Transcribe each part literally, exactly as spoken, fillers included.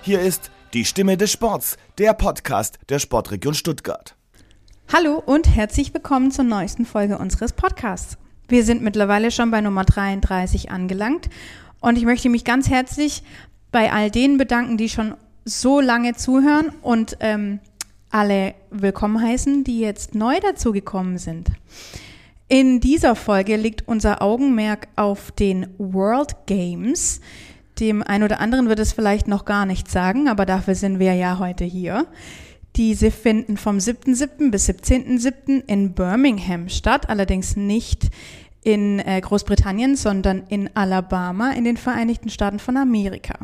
Hier ist die Stimme des Sports, der Podcast der Sportregion Stuttgart. Hallo und herzlich willkommen zur neuesten Folge unseres Podcasts. Wir sind mittlerweile schon bei Nummer dreiunddreißig angelangt und ich möchte mich ganz herzlich bei all denen bedanken, die schon so lange zuhören und ähm, alle willkommen heißen, die jetzt neu dazugekommen sind. In dieser Folge liegt unser Augenmerk auf den World Games. Dem einen oder anderen wird es vielleicht noch gar nichts sagen, aber dafür sind wir ja heute hier. Diese finden vom siebten siebten bis siebzehnten siebten in Birmingham statt, allerdings nicht in äh, Großbritannien, sondern in Alabama in den Vereinigten Staaten von Amerika.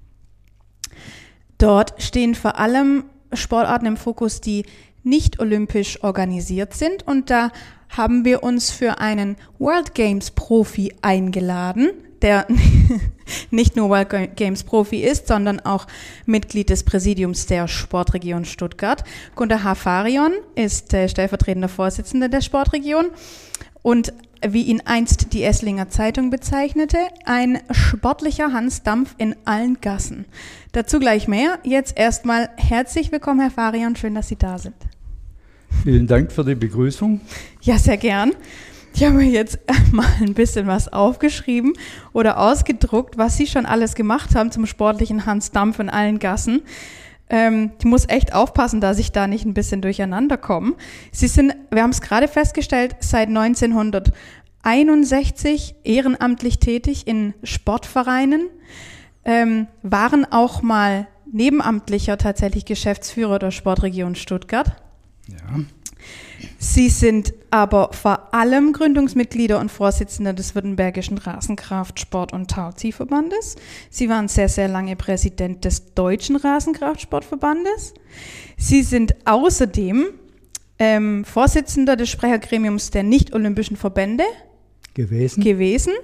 Dort stehen vor allem Sportarten im Fokus, die nicht olympisch organisiert sind, und da haben wir uns für einen World Games Profi eingeladen, der nicht nur World Games Profi ist, sondern auch Mitglied des Präsidiums der Sportregion Stuttgart. Gunter Hafarion ist äh, stellvertretender Vorsitzender der Sportregion und wie ihn einst die Esslinger Zeitung bezeichnete, ein sportlicher Hans Dampf in allen Gassen. Dazu gleich mehr. Jetzt erstmal herzlich willkommen, Herr Hafarion. Schön, dass Sie da sind. Vielen Dank für die Begrüßung. Ja, sehr gern. Ich habe mir jetzt mal ein bisschen was aufgeschrieben oder ausgedruckt, was Sie schon alles gemacht haben zum sportlichen Hans Dampf in allen Gassen. Ähm, ich muss echt aufpassen, dass ich da nicht ein bisschen durcheinander komme. Sie sind, wir haben es gerade festgestellt, seit neunzehnhunderteinundsechzig ehrenamtlich tätig in Sportvereinen, ähm, waren auch mal nebenamtlicher tatsächlich Geschäftsführer der Sportregion Stuttgart. Ja. Sie sind aber vor allem Gründungsmitglieder und Vorsitzender des Württembergischen Rasenkraftsport- und Tauziehverbandes. Sie waren sehr, sehr lange Präsident des Deutschen Rasenkraftsportverbandes. Sie sind außerdem ähm, Vorsitzender des Sprechergremiums der nicht-olympischen Verbände gewesen. gewesen.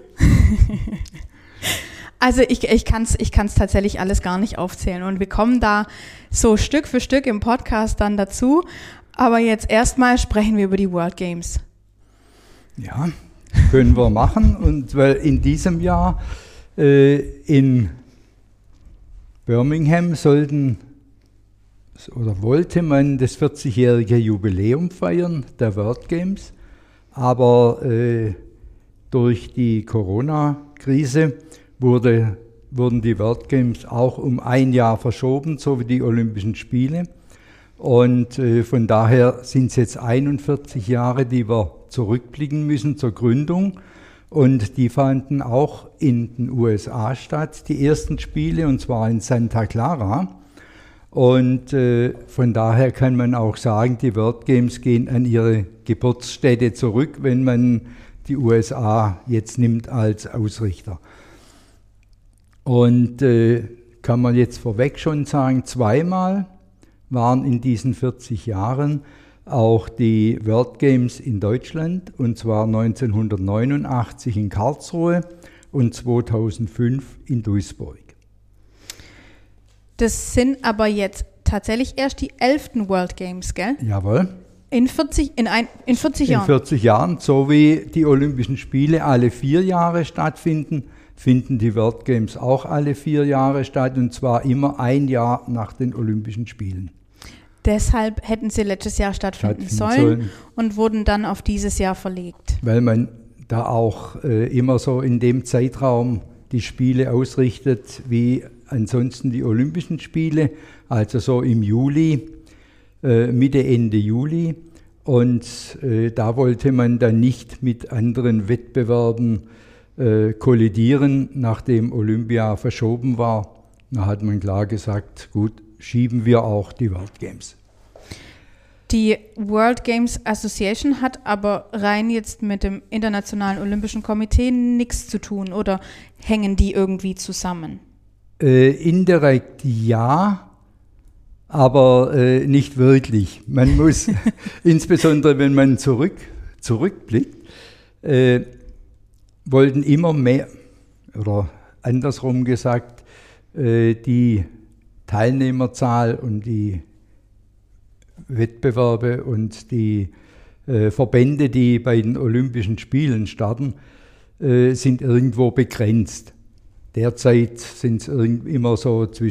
Also ich, ich kann es ich kann's tatsächlich alles gar nicht aufzählen und wir kommen da so Stück für Stück im Podcast dann dazu. Aber jetzt erstmal sprechen wir über die World Games. Ja, können wir machen. Und weil in diesem Jahr äh, in Birmingham sollten oder wollte man das vierzigjährige Jubiläum feiern der World Games. Aber äh, durch die Corona-Krise wurde, wurden die World Games auch um ein Jahr verschoben, so wie die Olympischen Spiele. Und äh, von daher sind es jetzt einundvierzig Jahre, die wir zurückblicken müssen zur Gründung. Und die fanden auch in den U S A statt, die ersten Spiele, und zwar in Santa Clara. Und äh, von daher kann man auch sagen, die World Games gehen an ihre Geburtsstätte zurück, wenn man die U S A jetzt nimmt als Ausrichter. Und äh, kann man jetzt vorweg schon sagen, zweimal waren in diesen vierzig Jahren auch die World Games in Deutschland, und zwar neunzehnhundertneunundachtzig in Karlsruhe und zweitausendfünf in Duisburg. Das sind aber jetzt tatsächlich erst die elften World Games, gell? Jawohl. In vierzig, in ein, in vierzig Jahren? In vierzig Jahren, so wie die Olympischen Spiele alle vier Jahre stattfinden, finden die World Games auch alle vier Jahre statt, und zwar immer ein Jahr nach den Olympischen Spielen. Deshalb hätten sie letztes Jahr stattfinden, stattfinden sollen, sollen und wurden dann auf dieses Jahr verlegt. Weil man da auch äh, immer so in dem Zeitraum die Spiele ausrichtet wie ansonsten die Olympischen Spiele, also so im Juli, äh, Mitte, Ende Juli. Und äh, da wollte man dann nicht mit anderen Wettbewerben äh, kollidieren, nachdem Olympia verschoben war. Da hat man klar gesagt, gut, schieben wir auch die World Games. Die World Games Association hat aber rein jetzt mit dem Internationalen Olympischen Komitee nichts zu tun, oder hängen die irgendwie zusammen? Äh, indirekt ja, aber äh, nicht wirklich. Man muss, insbesondere wenn man zurück, zurückblickt, äh, wollten immer mehr, oder andersrum gesagt, äh, die Teilnehmerzahl und die Wettbewerbe und die äh, Verbände, die bei den Olympischen Spielen starten, äh, sind irgendwo begrenzt. Derzeit sind es immer so zwischen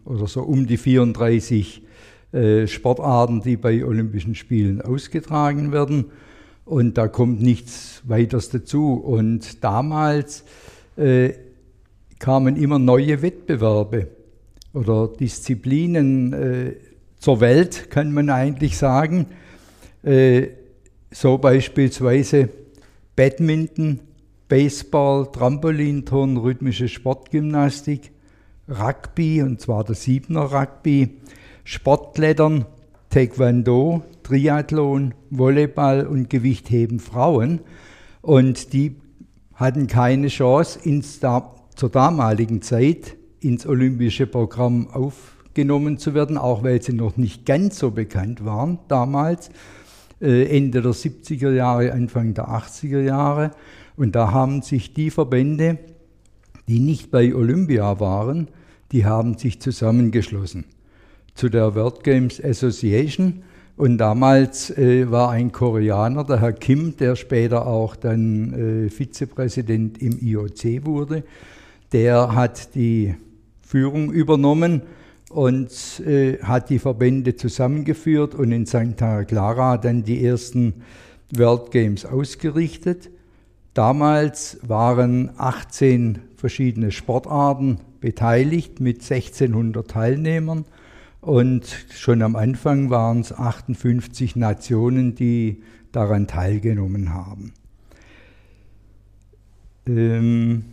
oder so um die vierunddreißig äh, Sportarten, die bei Olympischen Spielen ausgetragen werden. Und da kommt nichts weiteres dazu. Und damals äh, kamen immer neue Wettbewerbe oder Disziplinen äh, zur Welt, kann man eigentlich sagen. Äh, so beispielsweise Badminton, Baseball, Trampolinturnen, rhythmische Sportgymnastik, Rugby, und zwar das Siebener Rugby, Sportklettern, Taekwondo, Triathlon, Volleyball und Gewichtheben Frauen. Und die hatten keine Chance, ins da, zur damaligen Zeit ins olympische Programm aufgenommen zu werden, auch weil sie noch nicht ganz so bekannt waren damals, äh, Ende der siebziger Jahre, Anfang der achtziger Jahre. Und da haben sich die Verbände, die nicht bei Olympia waren, die haben sich zusammengeschlossen zu der World Games Association. Und damals äh, war ein Koreaner, der Herr Kim, der später auch dann äh, Vizepräsident im I O C wurde, der hat die Führung übernommen und äh, hat die Verbände zusammengeführt und in Santa Clara dann die ersten World Games ausgerichtet. Damals waren achtzehn verschiedene Sportarten beteiligt mit sechzehnhundert Teilnehmern. Und schon am Anfang waren es achtundfünfzig Nationen, die daran teilgenommen haben. Ähm,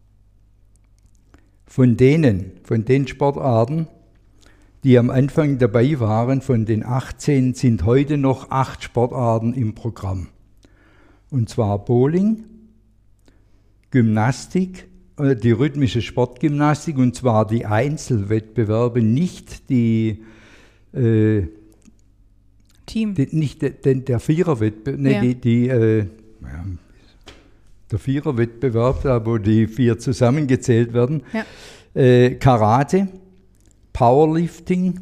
von denen, von den Sportarten, die am Anfang dabei waren, von den achtzehn, sind heute noch acht Sportarten im Programm. Und zwar Bowling, Gymnastik, die rhythmische Sportgymnastik, und zwar die Einzelwettbewerbe, nicht die äh, Team. Die, nicht de, de, der Viererwettbewerb, nee, ja. die, die, äh, ja, der Viererwettbewerb, da wo die vier zusammengezählt werden. Ja. Äh, Karate, Powerlifting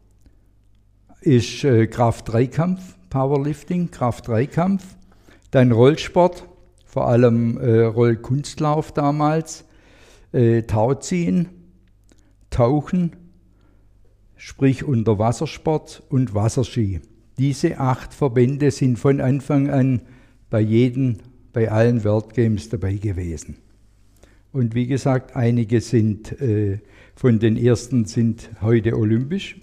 ist äh, Kraft-Dreikampf, Powerlifting, Kraft-Dreikampf, dann Rollsport, vor allem äh, Rollkunstlauf damals, äh, Tauziehen, Tauchen, sprich Unterwassersport und Wasserski. Diese acht Verbände sind von Anfang an bei jedem, bei allen World Games dabei gewesen. Und wie gesagt, einige sind äh, von den ersten sind heute olympisch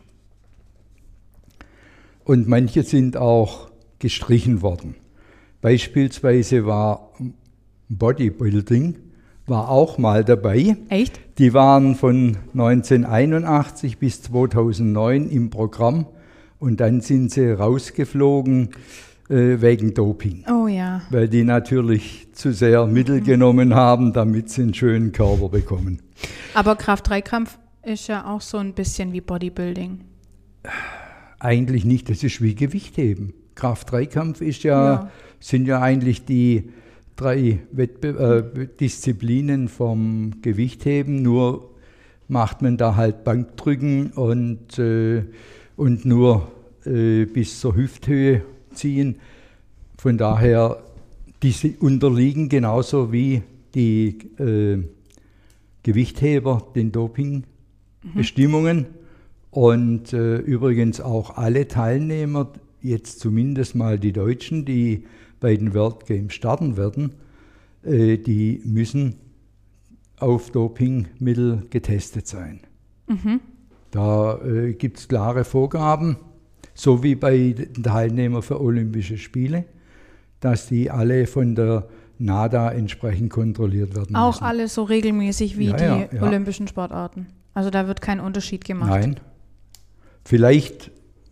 und manche sind auch gestrichen worden. Beispielsweise war Bodybuilding war auch mal dabei. Echt? Die waren von neunzehnhunderteinundachtzig bis zweitausendneun im Programm und dann sind sie rausgeflogen äh, wegen Doping. Oh ja. Weil die natürlich zu sehr Mittel genommen haben, damit sie einen schönen Körper bekommen. Aber Kraft-Dreikampf ist ja auch so ein bisschen wie Bodybuilding. Eigentlich nicht, das ist wie Gewichtheben. Kraft-Dreikampf ist ja, ja. sind ja eigentlich die drei Wettbe- äh, Disziplinen vom Gewichtheben, nur macht man da halt Bankdrücken und, äh, und nur äh, bis zur Hüfthöhe ziehen. Von daher, diese unterliegen genauso wie die äh, Gewichtheber den Dopingbestimmungen. Mhm. Und äh, übrigens auch alle Teilnehmer, jetzt zumindest mal die Deutschen, die bei den World Games starten werden, äh, die müssen auf Dopingmittel getestet sein. Mhm. Da äh, gibt es klare Vorgaben, so wie bei den Teilnehmern für Olympische Spiele, dass die alle von der NADA entsprechend kontrolliert werden Auch müssen. alle so regelmäßig wie ja, die ja, ja. olympischen Sportarten? Also da wird kein Unterschied gemacht? Nein. Vielleicht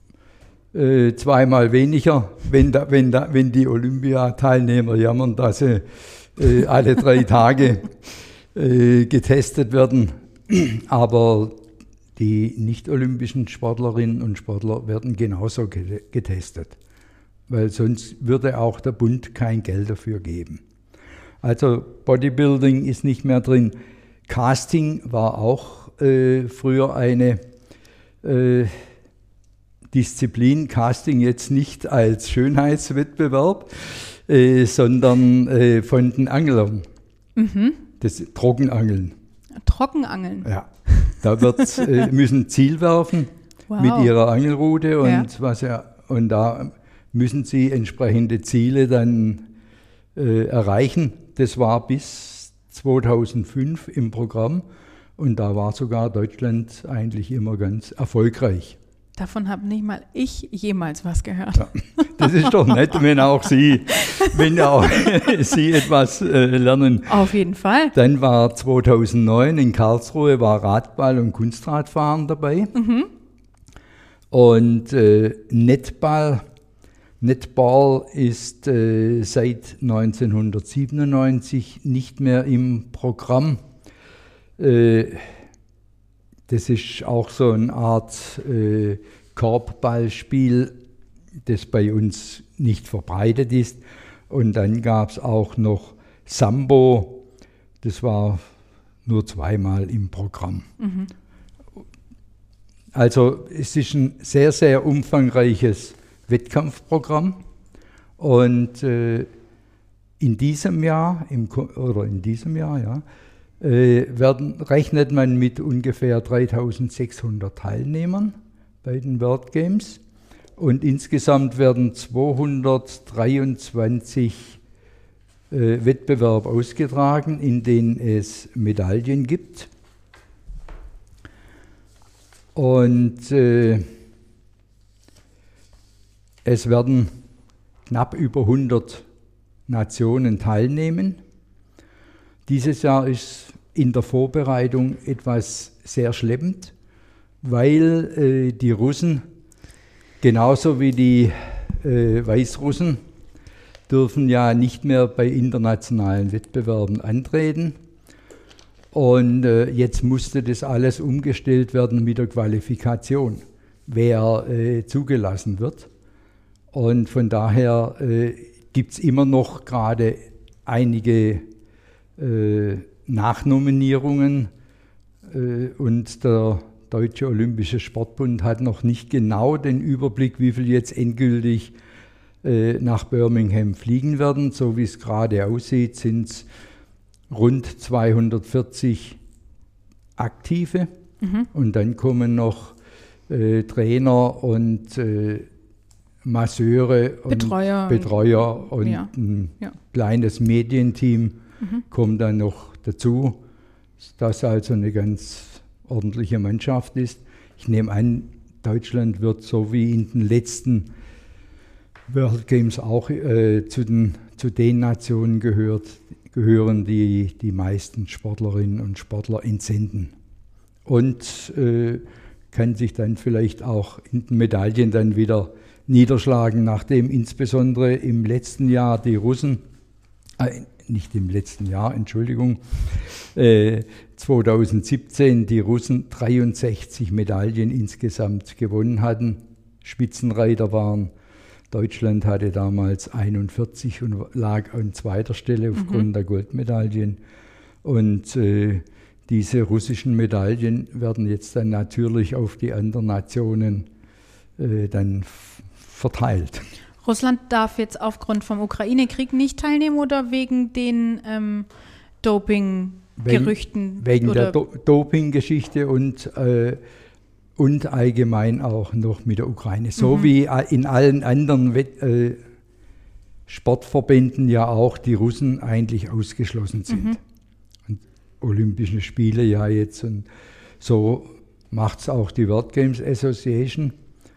Äh, zweimal weniger, wenn, da, wenn, da, wenn die Olympiateilnehmer jammern, dass sie äh, alle drei Tage äh, getestet werden. Aber die nicht-olympischen Sportlerinnen und Sportler werden genauso getestet, weil sonst würde auch der Bund kein Geld dafür geben. Also Bodybuilding ist nicht mehr drin. Casting war auch äh, früher eine äh, Disziplin, Casting jetzt nicht als Schönheitswettbewerb, äh, sondern äh, von den Anglern. Mhm. Das Trockenangeln. Trockenangeln? Ja. Da wird, äh, müssen Ziel werfen Wow. mit ihrer Angelrute und, Ja. was ja, und da müssen sie entsprechende Ziele dann äh, erreichen. Das war bis zweitausendfünf im Programm und da war sogar Deutschland eigentlich immer ganz erfolgreich. Davon habe nicht mal ich jemals was gehört. Ja, das ist doch nett, wenn auch Sie, wenn auch Sie etwas äh, lernen. Auf jeden Fall. Dann war zweitausendneun in Karlsruhe war Radball und Kunstradfahren dabei. Mhm. Und äh, Netball, Netball ist äh, seit neunzehnhundertsiebenundneunzig nicht mehr im Programm. Äh, das ist auch so eine Art äh, Korbballspiel, das bei uns nicht verbreitet ist. Und dann gab es auch noch Sambo, das war nur zweimal im Programm. Mhm. Also es ist ein sehr, sehr umfangreiches Wettkampfprogramm und äh, in diesem Jahr, im, oder in diesem Jahr, ja, äh, werden, rechnet man mit ungefähr dreitausendsechshundert Teilnehmern bei den World Games und insgesamt werden zweihundertdreiundzwanzig äh, Wettbewerbe ausgetragen, in denen es Medaillen gibt. Und äh, es werden knapp über hundert Nationen teilnehmen. Dieses Jahr ist in der Vorbereitung etwas sehr schleppend, weil äh, die Russen, genauso wie die äh, Weißrussen, dürfen ja nicht mehr bei internationalen Wettbewerben antreten. Und äh, jetzt musste das alles umgestellt werden mit der Qualifikation, wer äh, zugelassen wird. Und von daher äh, gibt es immer noch gerade einige äh, Nachnominierungen. Äh, und der Deutsche Olympische Sportbund hat noch nicht genau den Überblick, wie viel jetzt endgültig äh, nach Birmingham fliegen werden. So wie es gerade aussieht, sind es rund zweihundertvierzig Aktive mhm. und dann kommen noch äh, Trainer und äh, Masseure und Betreuer, Betreuer und ja. ein ja. kleines Medienteam mhm. kommt dann noch dazu, das also eine ganz ordentliche Mannschaft ist. Ich nehme an, Deutschland wird so wie in den letzten World Games auch äh, zu den, zu den Nationen gehört, gehören, die die meisten Sportlerinnen und Sportler entsenden. Und äh, kann sich dann vielleicht auch in den Medaillen dann wieder niederschlagen, nachdem insbesondere im letzten Jahr die Russen, äh, nicht im letzten Jahr, Entschuldigung, äh, zweitausendsiebzehn die Russen dreiundsechzig Medaillen insgesamt gewonnen hatten, Spitzenreiter waren. Deutschland hatte damals einundvierzig und lag an zweiter Stelle aufgrund mhm. der Goldmedaillen. Und äh, diese russischen Medaillen werden jetzt dann natürlich auf die anderen Nationen äh, dann f- verteilt. Russland darf jetzt aufgrund vom Ukraine-Krieg nicht teilnehmen oder wegen den ähm, Doping-Gerüchten? Wegen, wegen oder? der Do- Doping-Geschichte und äh, Und allgemein auch noch mit der Ukraine. So mhm. wie in allen anderen Wett- äh, Sportverbänden ja auch die Russen eigentlich ausgeschlossen sind. Mhm. Und Olympische Spiele ja jetzt. Und so macht es auch die World Games Association.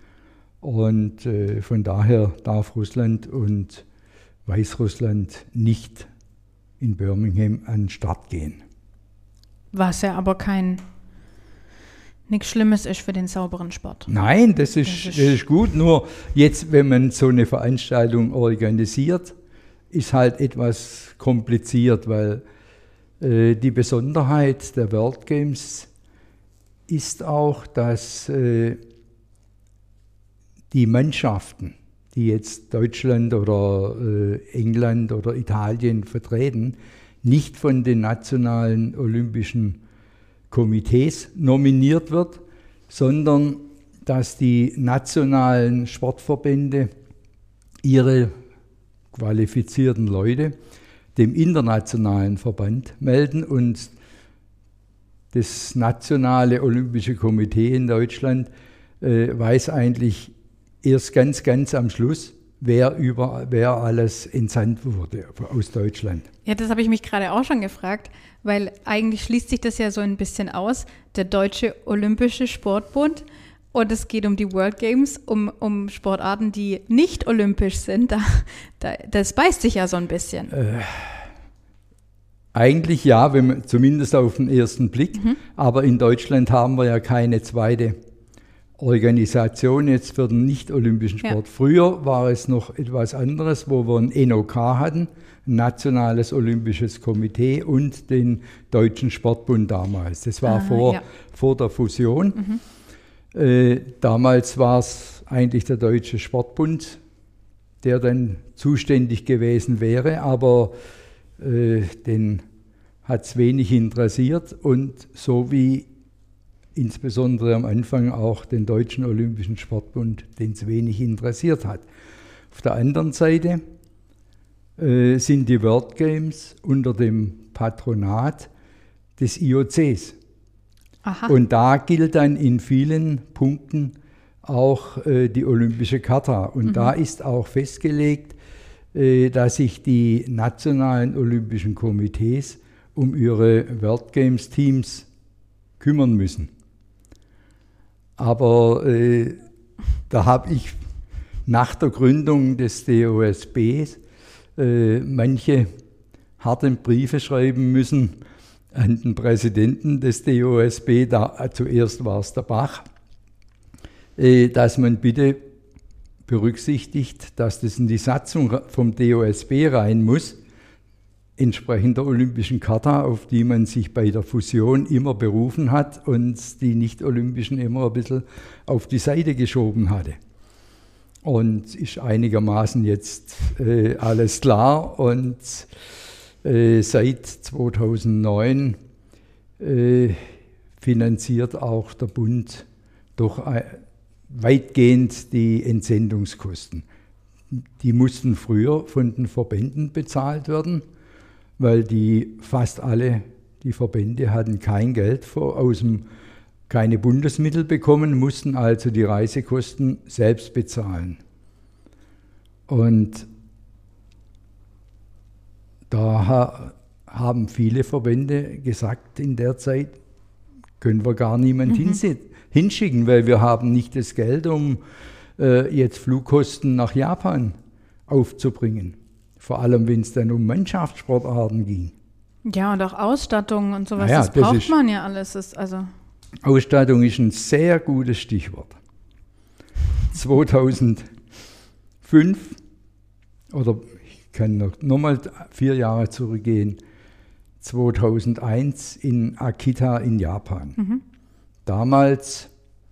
Und äh, von daher darf Russland und Weißrussland nicht in Birmingham an den Start gehen. Was ja aber kein... nichts Schlimmes ist für den sauberen Sport. Nein, das ist, das ist, das ist gut. Nur jetzt, wenn man so eine Veranstaltung organisiert, ist halt etwas kompliziert, weil äh, die Besonderheit der World Games ist auch, dass äh, die Mannschaften, die jetzt Deutschland oder äh, England oder Italien vertreten, nicht von den nationalen olympischen Komitees nominiert wird, sondern dass die nationalen Sportverbände ihre qualifizierten Leute dem internationalen Verband melden und das nationale Olympische Komitee in Deutschland äh, weiß eigentlich erst ganz, ganz am Schluss, wer, über, wer alles entsandt wurde aus Deutschland. Ja, das habe ich mich gerade auch schon gefragt, weil eigentlich schließt sich das ja so ein bisschen aus, der Deutsche Olympische Sportbund, und es geht um die World Games, um, um Sportarten, die nicht olympisch sind. Da, da, das beißt sich ja so ein bisschen. Äh, eigentlich ja, wenn man, zumindest auf den ersten Blick. Mhm. Aber in Deutschland haben wir ja keine zweite Organisation jetzt für den nicht-olympischen Sport. Ja. Früher war es noch etwas anderes, wo wir ein N O K hatten, ein Nationales Olympisches Komitee, und den Deutschen Sportbund damals. Das war ah, vor, ja. vor der Fusion. Mhm. Äh, damals war es eigentlich der Deutsche Sportbund, der dann zuständig gewesen wäre, aber äh, den hat es wenig interessiert, und so wie insbesondere am Anfang auch den Deutschen Olympischen Sportbund, den es wenig interessiert hat. Auf der anderen Seite äh, sind die World Games unter dem Patronat des I O Cs. Aha. Und da gilt dann in vielen Punkten auch äh, die Olympische Charta. Und mhm. da ist auch festgelegt, äh, dass sich die nationalen Olympischen Komitees um ihre World Games Teams kümmern müssen. Aber äh, da habe ich nach der Gründung des D O S Bs äh, manche harte Briefe schreiben müssen an den Präsidenten des D O S B, da, zuerst war es der Bach, äh, dass man bitte berücksichtigt, dass das in die Satzung vom D O S B rein muss, entsprechend der Olympischen Charta, auf die man sich bei der Fusion immer berufen hat und die Nicht-Olympischen immer ein bisschen auf die Seite geschoben hatte. Und ist einigermaßen jetzt äh, alles klar, und äh, seit zweitausendneun äh, finanziert auch der Bund doch äh, weitgehend die Entsendungskosten. Die mussten früher von den Verbänden bezahlt werden, weil die fast alle, die Verbände hatten kein Geld vor, aus dem, keine Bundesmittel bekommen, mussten also die Reisekosten selbst bezahlen. Und da ha, haben viele Verbände gesagt, in der Zeit können wir gar niemand mhm. hinschicken, weil wir haben nicht das Geld, um äh, jetzt Flugkosten nach Japan aufzubringen. Vor allem, wenn es dann um Mannschaftssportarten ging. Ja, und auch Ausstattung und sowas, naja, das braucht das man ja alles. Das ist also Ausstattung ist ein sehr gutes Stichwort. zweitausendfünf, oder ich kann noch, noch mal vier Jahre zurückgehen, zweitausendeins in Akita in Japan. Mhm. Damals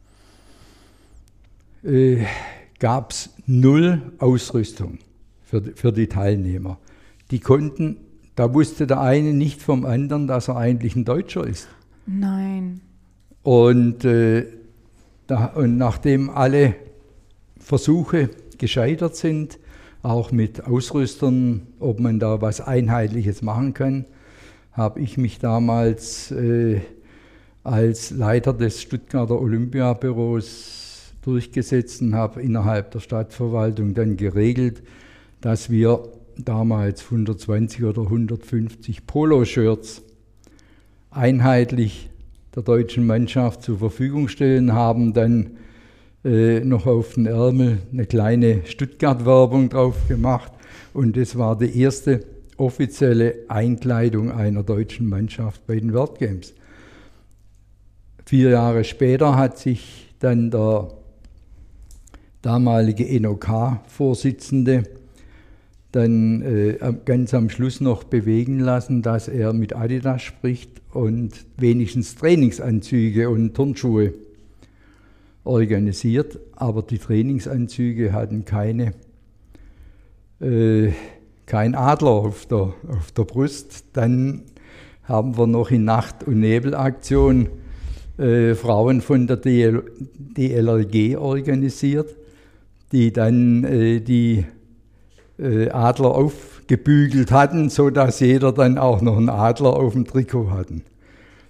äh, gab es null Ausrüstung für die, für die Teilnehmer. Die konnten, da wusste der eine nicht vom anderen, dass er eigentlich ein Deutscher ist. Nein. Und, äh, da, und nachdem alle Versuche gescheitert sind, auch mit Ausrüstern, ob man da was Einheitliches machen kann, habe ich mich damals äh, als Leiter des Stuttgarter Olympiabüros durchgesetzt und habe innerhalb der Stadtverwaltung dann geregelt, dass wir damals hundertzwanzig oder hundertfünfzig Poloshirts einheitlich der deutschen Mannschaft zur Verfügung stellen, haben dann äh, noch auf den Ärmel eine kleine Stuttgart-Werbung drauf gemacht, und das war die erste offizielle Einkleidung einer deutschen Mannschaft bei den World Games. Vier Jahre später hat sich dann der damalige N O K-Vorsitzende dann äh, ganz am Schluss noch bewegen lassen, dass er mit Adidas spricht und wenigstens Trainingsanzüge und Turnschuhe organisiert. Aber die Trainingsanzüge hatten keine, äh, kein Adler auf der, auf der Brust. Dann haben wir noch in Nacht- und Nebelaktion äh, Frauen von der D L R G organisiert, die dann äh, die Adler aufgebügelt hatten, sodass jeder dann auch noch einen Adler auf dem Trikot hatten.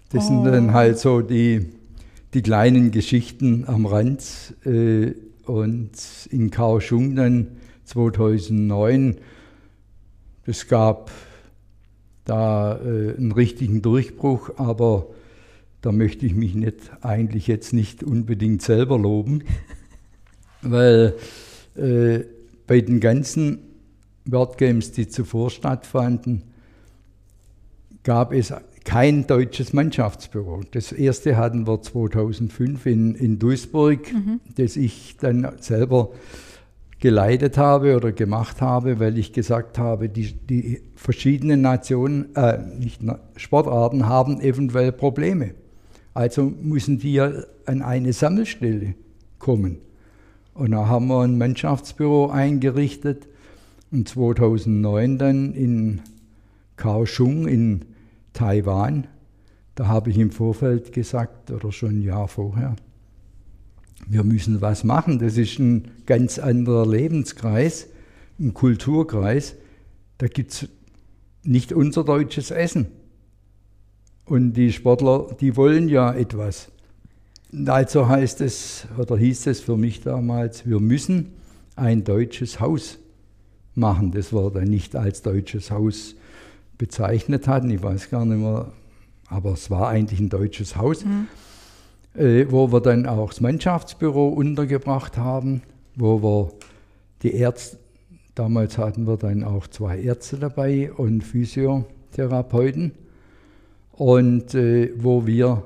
Das Oh. sind dann halt so die, die kleinen Geschichten am Rand. Äh, und in Kaohsiung dann zweitausendneun, es gab da äh, einen richtigen Durchbruch, aber da möchte ich mich nicht, eigentlich jetzt nicht unbedingt selber loben, weil äh, bei den ganzen World Games, die zuvor stattfanden, gab es kein deutsches Mannschaftsbüro. Das erste hatten wir zweitausendfünf in, in Duisburg, mhm. das ich dann selber geleitet habe oder gemacht habe, weil ich gesagt habe, die, die verschiedenen Nationen, äh, nicht Sportarten haben eventuell Probleme. Also müssen die ja an eine Sammelstelle kommen. Und da haben wir ein Mannschaftsbüro eingerichtet und zweitausendneun dann in Kaohsiung in Taiwan, da habe ich im Vorfeld gesagt, oder schon ein Jahr vorher, wir müssen was machen. Das ist ein ganz anderer Lebenskreis, ein Kulturkreis. Da gibt es nicht unser deutsches Essen. Und die Sportler, die wollen ja etwas. Also heißt es, oder hieß es für mich damals, wir müssen ein deutsches Haus machen. Das wir dann nicht als deutsches Haus bezeichnet hatten, ich weiß gar nicht mehr, aber es war eigentlich ein deutsches Haus, mhm. äh, wo wir dann auch das Mannschaftsbüro untergebracht haben, wo wir die Ärzte, damals hatten wir dann auch zwei Ärzte dabei und Physiotherapeuten, und äh, wo wir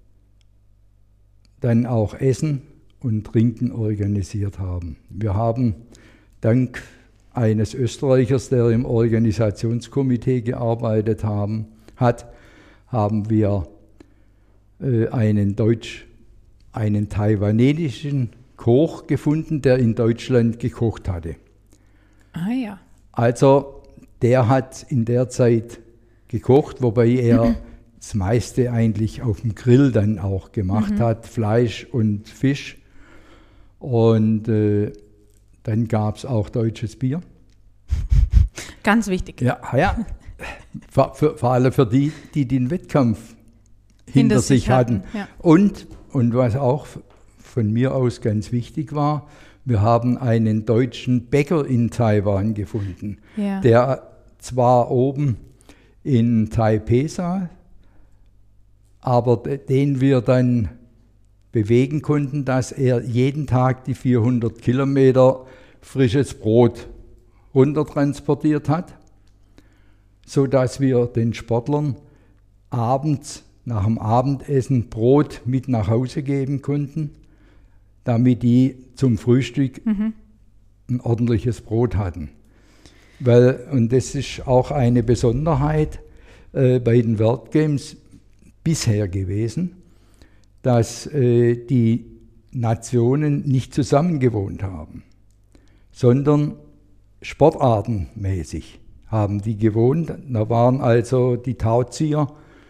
dann auch Essen und Trinken organisiert haben. Wir haben dank eines Österreichers, der im Organisationskomitee gearbeitet haben, hat, haben wir äh, einen Deutsch, einen taiwanesischen Koch gefunden, der in Deutschland gekocht hatte. Ah ja. Also der hat in der Zeit gekocht, wobei er das meiste eigentlich auf dem Grill dann auch gemacht mhm. hat, Fleisch und Fisch. Und äh, dann gab es auch deutsches Bier. Ganz wichtig. Ja, ja. Vor, für, vor allem für die, die den Wettkampf hinter, hinter sich, sich hatten. hatten. Ja. Und, und was auch von mir aus ganz wichtig war, wir haben einen deutschen Bäcker in Taiwan gefunden, ja. der zwar oben in Taipei saß, aber den wir dann bewegen konnten, dass er jeden Tag die vierhundert Kilometer frisches Brot runtertransportiert hat, sodass wir den Sportlern abends nach dem Abendessen Brot mit nach Hause geben konnten, damit die zum Frühstück mhm. ein ordentliches Brot hatten. Weil, und das ist auch eine Besonderheit äh, bei den World Games bisher gewesen, dass äh, die Nationen nicht zusammen gewohnt haben, sondern sportartenmäßig haben die gewohnt. Da waren also die Tauzieher,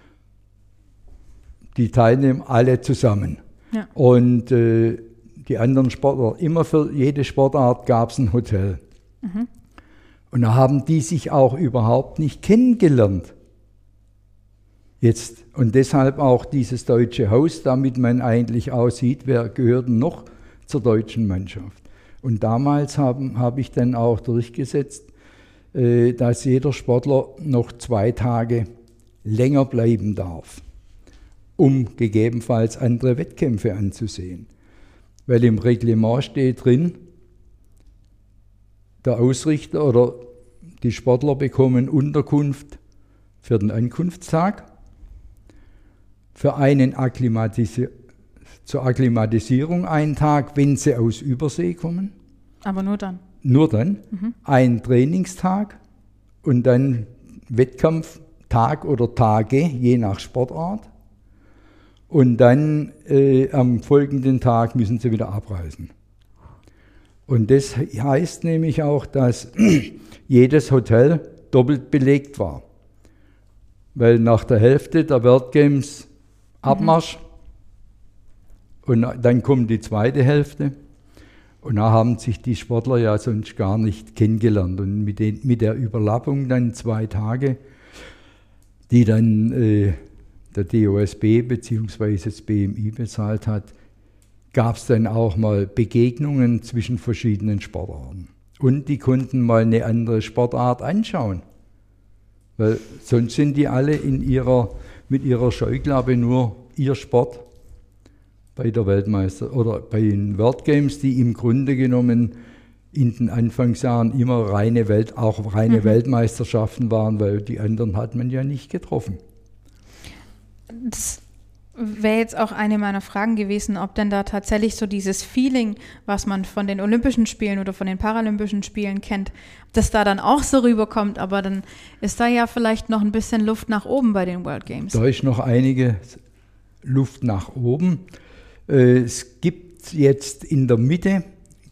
die Teilnehmer alle zusammen. Ja. Und äh, die anderen Sportler, immer für jede Sportart gab es ein Hotel. Mhm. Und da haben die sich auch überhaupt nicht kennengelernt. Jetzt, und deshalb auch dieses deutsche Haus, damit man eigentlich auch sieht, wer gehört noch zur deutschen Mannschaft. Und damals habe hab ich dann auch durchgesetzt, äh, dass jeder Sportler noch zwei Tage länger bleiben darf, um gegebenenfalls andere Wettkämpfe anzusehen. Weil im Reglement steht drin, der Ausrichter oder die Sportler bekommen Unterkunft für den Ankunftstag, für einen Akklimatisi- zur Akklimatisierung einen Tag, wenn sie aus Übersee kommen. Aber nur dann? Nur dann. Mhm. Ein Trainingstag und dann Wettkampftag oder Tage, je nach Sportart. Und dann äh, am folgenden Tag müssen sie wieder abreisen. Und das heißt nämlich auch, dass jedes Hotel doppelt belegt war. Weil nach der Hälfte der World Games Abmarsch mhm. und dann kommt die zweite Hälfte. Und da haben sich die Sportler ja sonst gar nicht kennengelernt. Und mit, den, mit der Überlappung dann zwei Tage, die dann äh, der D O S B bzw. das B M I bezahlt hat, gab es dann auch mal Begegnungen zwischen verschiedenen Sportarten. Und die konnten mal eine andere Sportart anschauen. Weil sonst sind die alle in ihrer, mit ihrer Scheuklappe nur ihr Sport bei der Weltmeister oder bei den World Games, die im Grunde genommen in den Anfangsjahren immer reine Welt, auch reine mhm. Weltmeisterschaften waren, weil die anderen hat man ja nicht getroffen. Das wäre jetzt auch eine meiner Fragen gewesen, ob denn da tatsächlich so dieses Feeling, was man von den Olympischen Spielen oder von den Paralympischen Spielen kennt, dass da dann auch so rüberkommt, aber dann ist da ja vielleicht noch ein bisschen Luft nach oben bei den World Games. Da ist noch einige Luft nach oben. Es gibt jetzt in der Mitte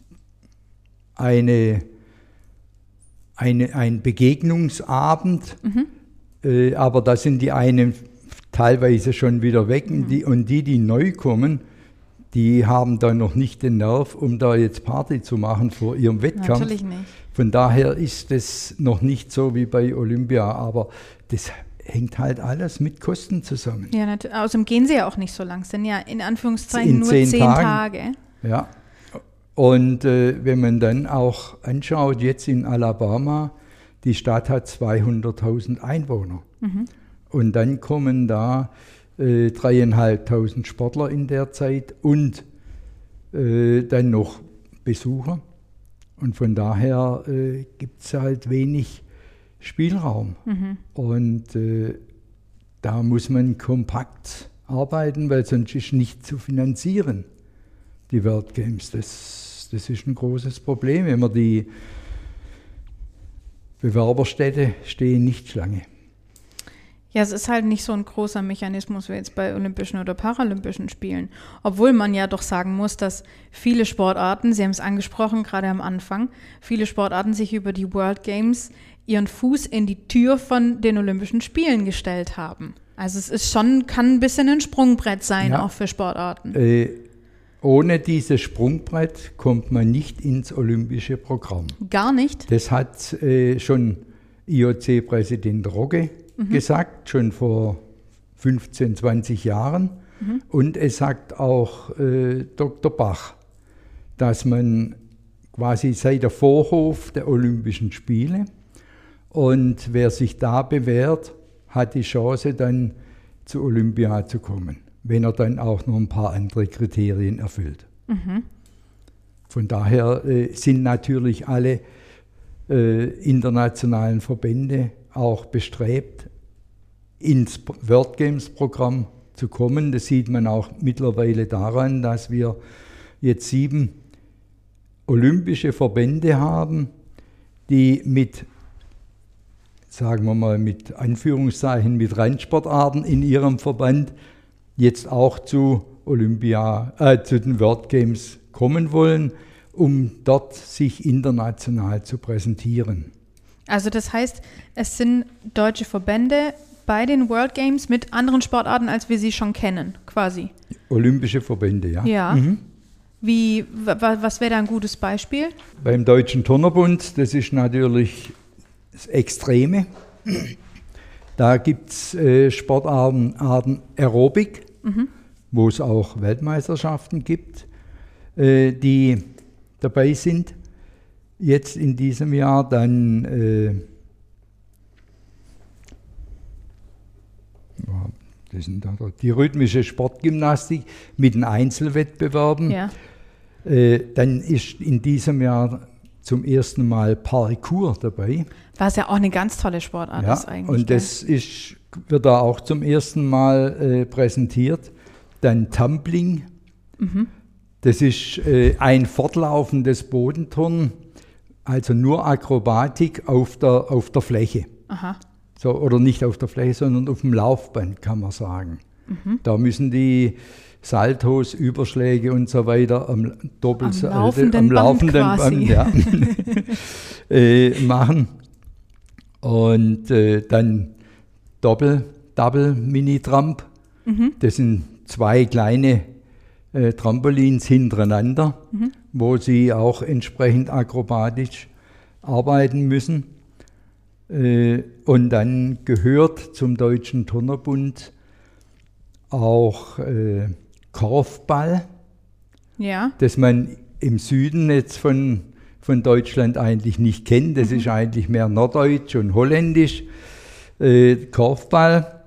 eine, eine, ein Begegnungsabend, mhm. äh, aber da sind die einen teilweise schon wieder weg mhm. und, die, und die, die neu kommen, die haben da noch nicht den Nerv, um da jetzt Party zu machen vor ihrem Wettkampf. Natürlich nicht. Von daher ist das noch nicht so wie bei Olympia, aber das hängt halt alles mit Kosten zusammen. Ja, natürlich. Außerdem gehen sie ja auch nicht so lang, es sind ja in Anführungszeichen in nur zehn, zehn Tagen. Tage. Ja. Und äh, wenn man dann auch anschaut, jetzt in Alabama, die Stadt hat zweihunderttausend Einwohner. Mhm. Und dann kommen da äh, dreieinhalbtausend Sportler in der Zeit und äh, dann noch Besucher. Und von daher äh, gibt es halt wenig Spielraum. Mhm. Und äh, da muss man kompakt arbeiten, weil sonst ist nicht zu finanzieren, die World Games. Das, das ist ein großes Problem. Immer die Bewerberstädte stehen nicht Schlange. Ja, es ist halt nicht so ein großer Mechanismus wie jetzt bei Olympischen oder Paralympischen Spielen. Obwohl man ja doch sagen muss, dass viele Sportarten, Sie haben es angesprochen, gerade am Anfang, viele Sportarten sich über die World Games ihren Fuß in die Tür von den Olympischen Spielen gestellt haben. Also es ist schon, kann ein bisschen ein Sprungbrett sein, ja, auch für Sportarten. Äh, ohne dieses Sprungbrett kommt man nicht ins olympische Programm. Gar nicht? Das hat äh, schon I O C-Präsident Rogge mhm. gesagt, schon vor fünfzehn, zwanzig Jahren. Mhm. Und es sagt auch äh, Doktor Bach, dass man quasi sei der Vorhof der Olympischen Spiele. Und wer sich da bewährt, hat die Chance, dann zur Olympia zu kommen, wenn er dann auch noch ein paar andere Kriterien erfüllt. Mhm. Von daher äh, sind natürlich alle äh, internationalen Verbände auch bestrebt, ins World Games Programm zu kommen. Das sieht man auch mittlerweile daran, dass wir jetzt sieben olympische Verbände haben, die mit, sagen wir mal mit Anführungszeichen, mit Randsportarten in ihrem Verband jetzt auch zu Olympia, äh, zu den World Games kommen wollen, um dort sich international zu präsentieren. Also das heißt, es sind deutsche Verbände bei den World Games mit anderen Sportarten, als wir sie schon kennen, quasi. Olympische Verbände, ja. Ja. Mhm. Wie, w- was wäre da ein gutes Beispiel? Beim Deutschen Turnerbund, das ist natürlich das Extreme. Da gibt es äh, Sportarten Arten Aerobik, mhm. wo es auch Weltmeisterschaften gibt, äh, die dabei sind. Jetzt in diesem Jahr dann äh, das sind da die rhythmische Sportgymnastik mit den Einzelwettbewerben. Ja. Äh, dann ist in diesem Jahr zum ersten Mal Parkour dabei. Was ja auch eine ganz tolle Sportart ja, ist eigentlich. Und das ist, wird da auch zum ersten Mal äh, präsentiert. Dann Tumbling. Mhm. Das ist äh, ein fortlaufendes Bodenturnen, also nur Akrobatik auf der, auf der Fläche. Aha. So, oder nicht auf der Fläche, sondern auf dem Laufband, kann man sagen. Mhm. Da müssen die Saltos, Überschläge und so weiter am, Doppel- am laufenden, am laufenden Band, Band ja, äh, machen. Und äh, dann Doppel, Double Mini-Tramp. Mhm. Das sind zwei kleine äh, Trampolins hintereinander, mhm. wo sie auch entsprechend akrobatisch arbeiten müssen. Äh, und dann gehört zum Deutschen Turnerbund auch äh, Korfball, Ja. das man im Süden jetzt von, von Deutschland eigentlich nicht kennt. Das Mhm. ist eigentlich mehr norddeutsch und holländisch. Äh, Korfball,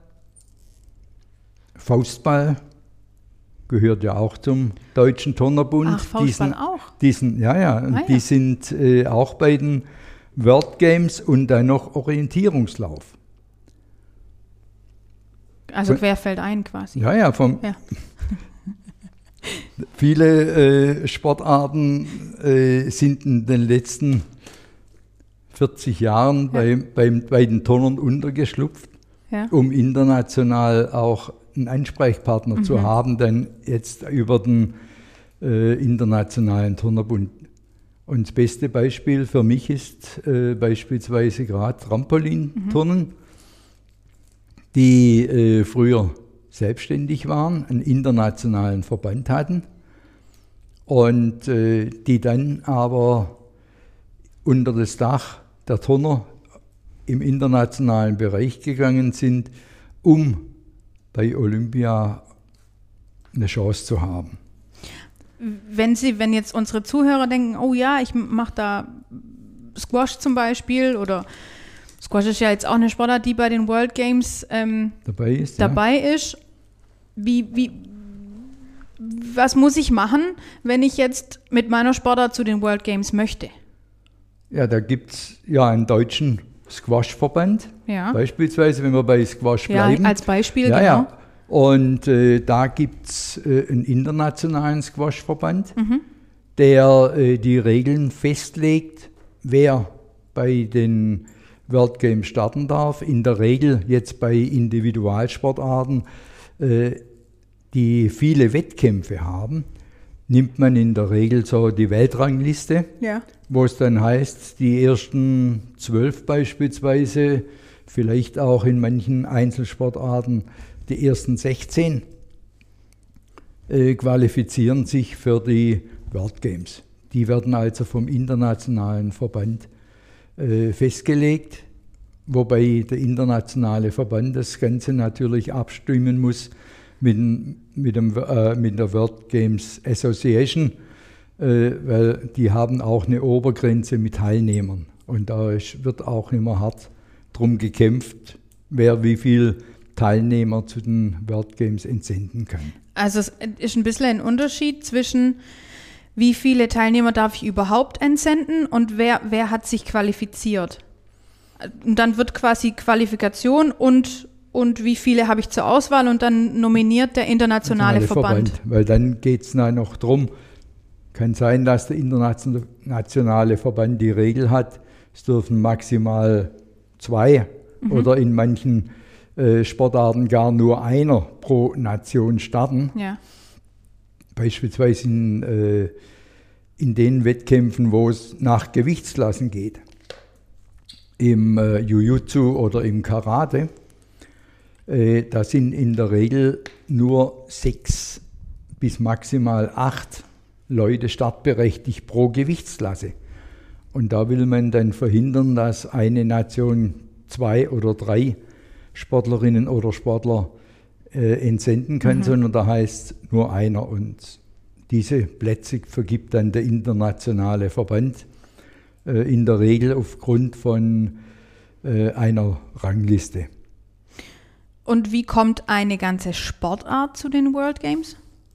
Faustball gehört ja auch zum Deutschen Turnerbund. Ach, Faustball Diesen- auch? Diesen, ja, ja, und Ah, ja. die sind äh, auch bei den World Games und dann noch Orientierungslauf. Also Von- querfeldein quasi. Ja, ja, vom, Ja. viele äh, Sportarten äh, sind in den letzten vierzig Jahren Ja. bei, beim, bei den Turnern untergeschlupft, Ja. um international auch einen Ansprechpartner Mhm. zu haben, dann jetzt über den äh, Internationalen Turnerbund. Und das beste Beispiel für mich ist äh, beispielsweise gerade Trampolinturnen, die äh, früher selbstständig waren, einen internationalen Verband hatten und äh, die dann aber unter das Dach der Turner im internationalen Bereich gegangen sind, um bei Olympia eine Chance zu haben. Wenn Sie, wenn jetzt unsere Zuhörer denken, oh ja, ich mache da Squash zum Beispiel, oder Squash ist ja jetzt auch eine Sportart, die bei den World Games ähm, Dabei ist, dabei ist. Wie, wie, was muss ich machen, wenn ich jetzt mit meiner Sportart zu den World Games möchte? ja, ja, da gibt es ja einen deutschen Squash-Verband, Ja, beispielsweise, wenn wir bei Squash ja bleiben. als Beispiel, ja, genau. ja. Und äh, da gibt es äh, einen internationalen Squash-Verband, Mhm. der äh, die Regeln festlegt, wer bei den World Games starten darf. In der Regel jetzt bei Individualsportarten, äh, die viele Wettkämpfe haben, nimmt man in der Regel so die Weltrangliste, Ja. wo es dann heißt, die ersten zwölf beispielsweise, vielleicht auch in manchen Einzelsportarten die ersten sechzehn, äh, qualifizieren sich für die World Games. Die werden also vom internationalen Verband äh, festgelegt, wobei der internationale Verband das Ganze natürlich abstimmen muss mit, dem- mit, dem, äh, mit der World Games Association, äh, weil die haben auch eine Obergrenze mit Teilnehmern. Und da ist, wird auch immer hart drum gekämpft, wer wie viel Teilnehmer zu den World Games entsenden kann. Also es ist ein bisschen ein Unterschied zwischen, wie viele Teilnehmer darf ich überhaupt entsenden und wer, wer hat sich qualifiziert. Und dann wird quasi Qualifikation und, und wie viele habe ich zur Auswahl und dann nominiert der internationale Nationale Verband. Weil dann geht es noch drum, kann sein, dass der internationale Verband die Regel hat, es dürfen maximal zwei Mhm. oder in manchen äh, Sportarten gar nur einer pro Nation starten. Ja. Beispielsweise in, äh, in den Wettkämpfen, wo es nach Gewichtsklassen geht, im äh, Jiu-Jitsu oder im Karate, äh, da sind in der Regel nur sechs bis maximal acht Leute startberechtigt pro Gewichtsklasse. Und da will man dann verhindern, dass eine Nation zwei oder drei Sportlerinnen oder Sportler äh, entsenden kann, Mhm. sondern da heißt nur einer. Und diese Plätze vergibt dann der internationale Verband äh, in der Regel aufgrund von äh, einer Rangliste. Und wie kommt eine ganze Sportart zu den World Games?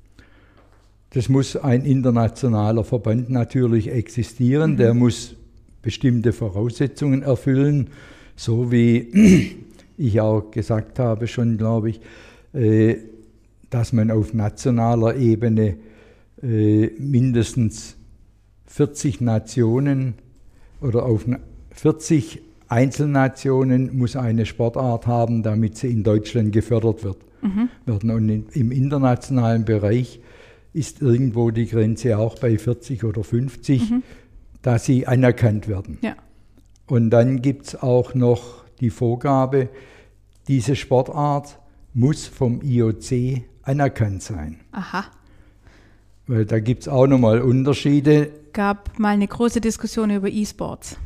Das muss ein internationaler Verband natürlich existieren, Mhm. der muss bestimmte Voraussetzungen erfüllen, so wie ich auch gesagt habe schon, glaube ich, äh, dass man auf nationaler Ebene äh, mindestens vierzig Nationen oder auf na- vierzig Einzelnationen muss eine Sportart haben, damit sie in Deutschland gefördert wird. Mhm. werden. Und in, im internationalen Bereich ist irgendwo die Grenze auch bei vierzig oder fünfzig, Mhm. dass sie anerkannt werden. Ja. Und dann gibt es auch noch die Vorgabe, diese Sportart muss vom I O C anerkannt sein. Aha. Weil da gibt es auch nochmal Unterschiede. Gab mal eine große Diskussion über E-Sports.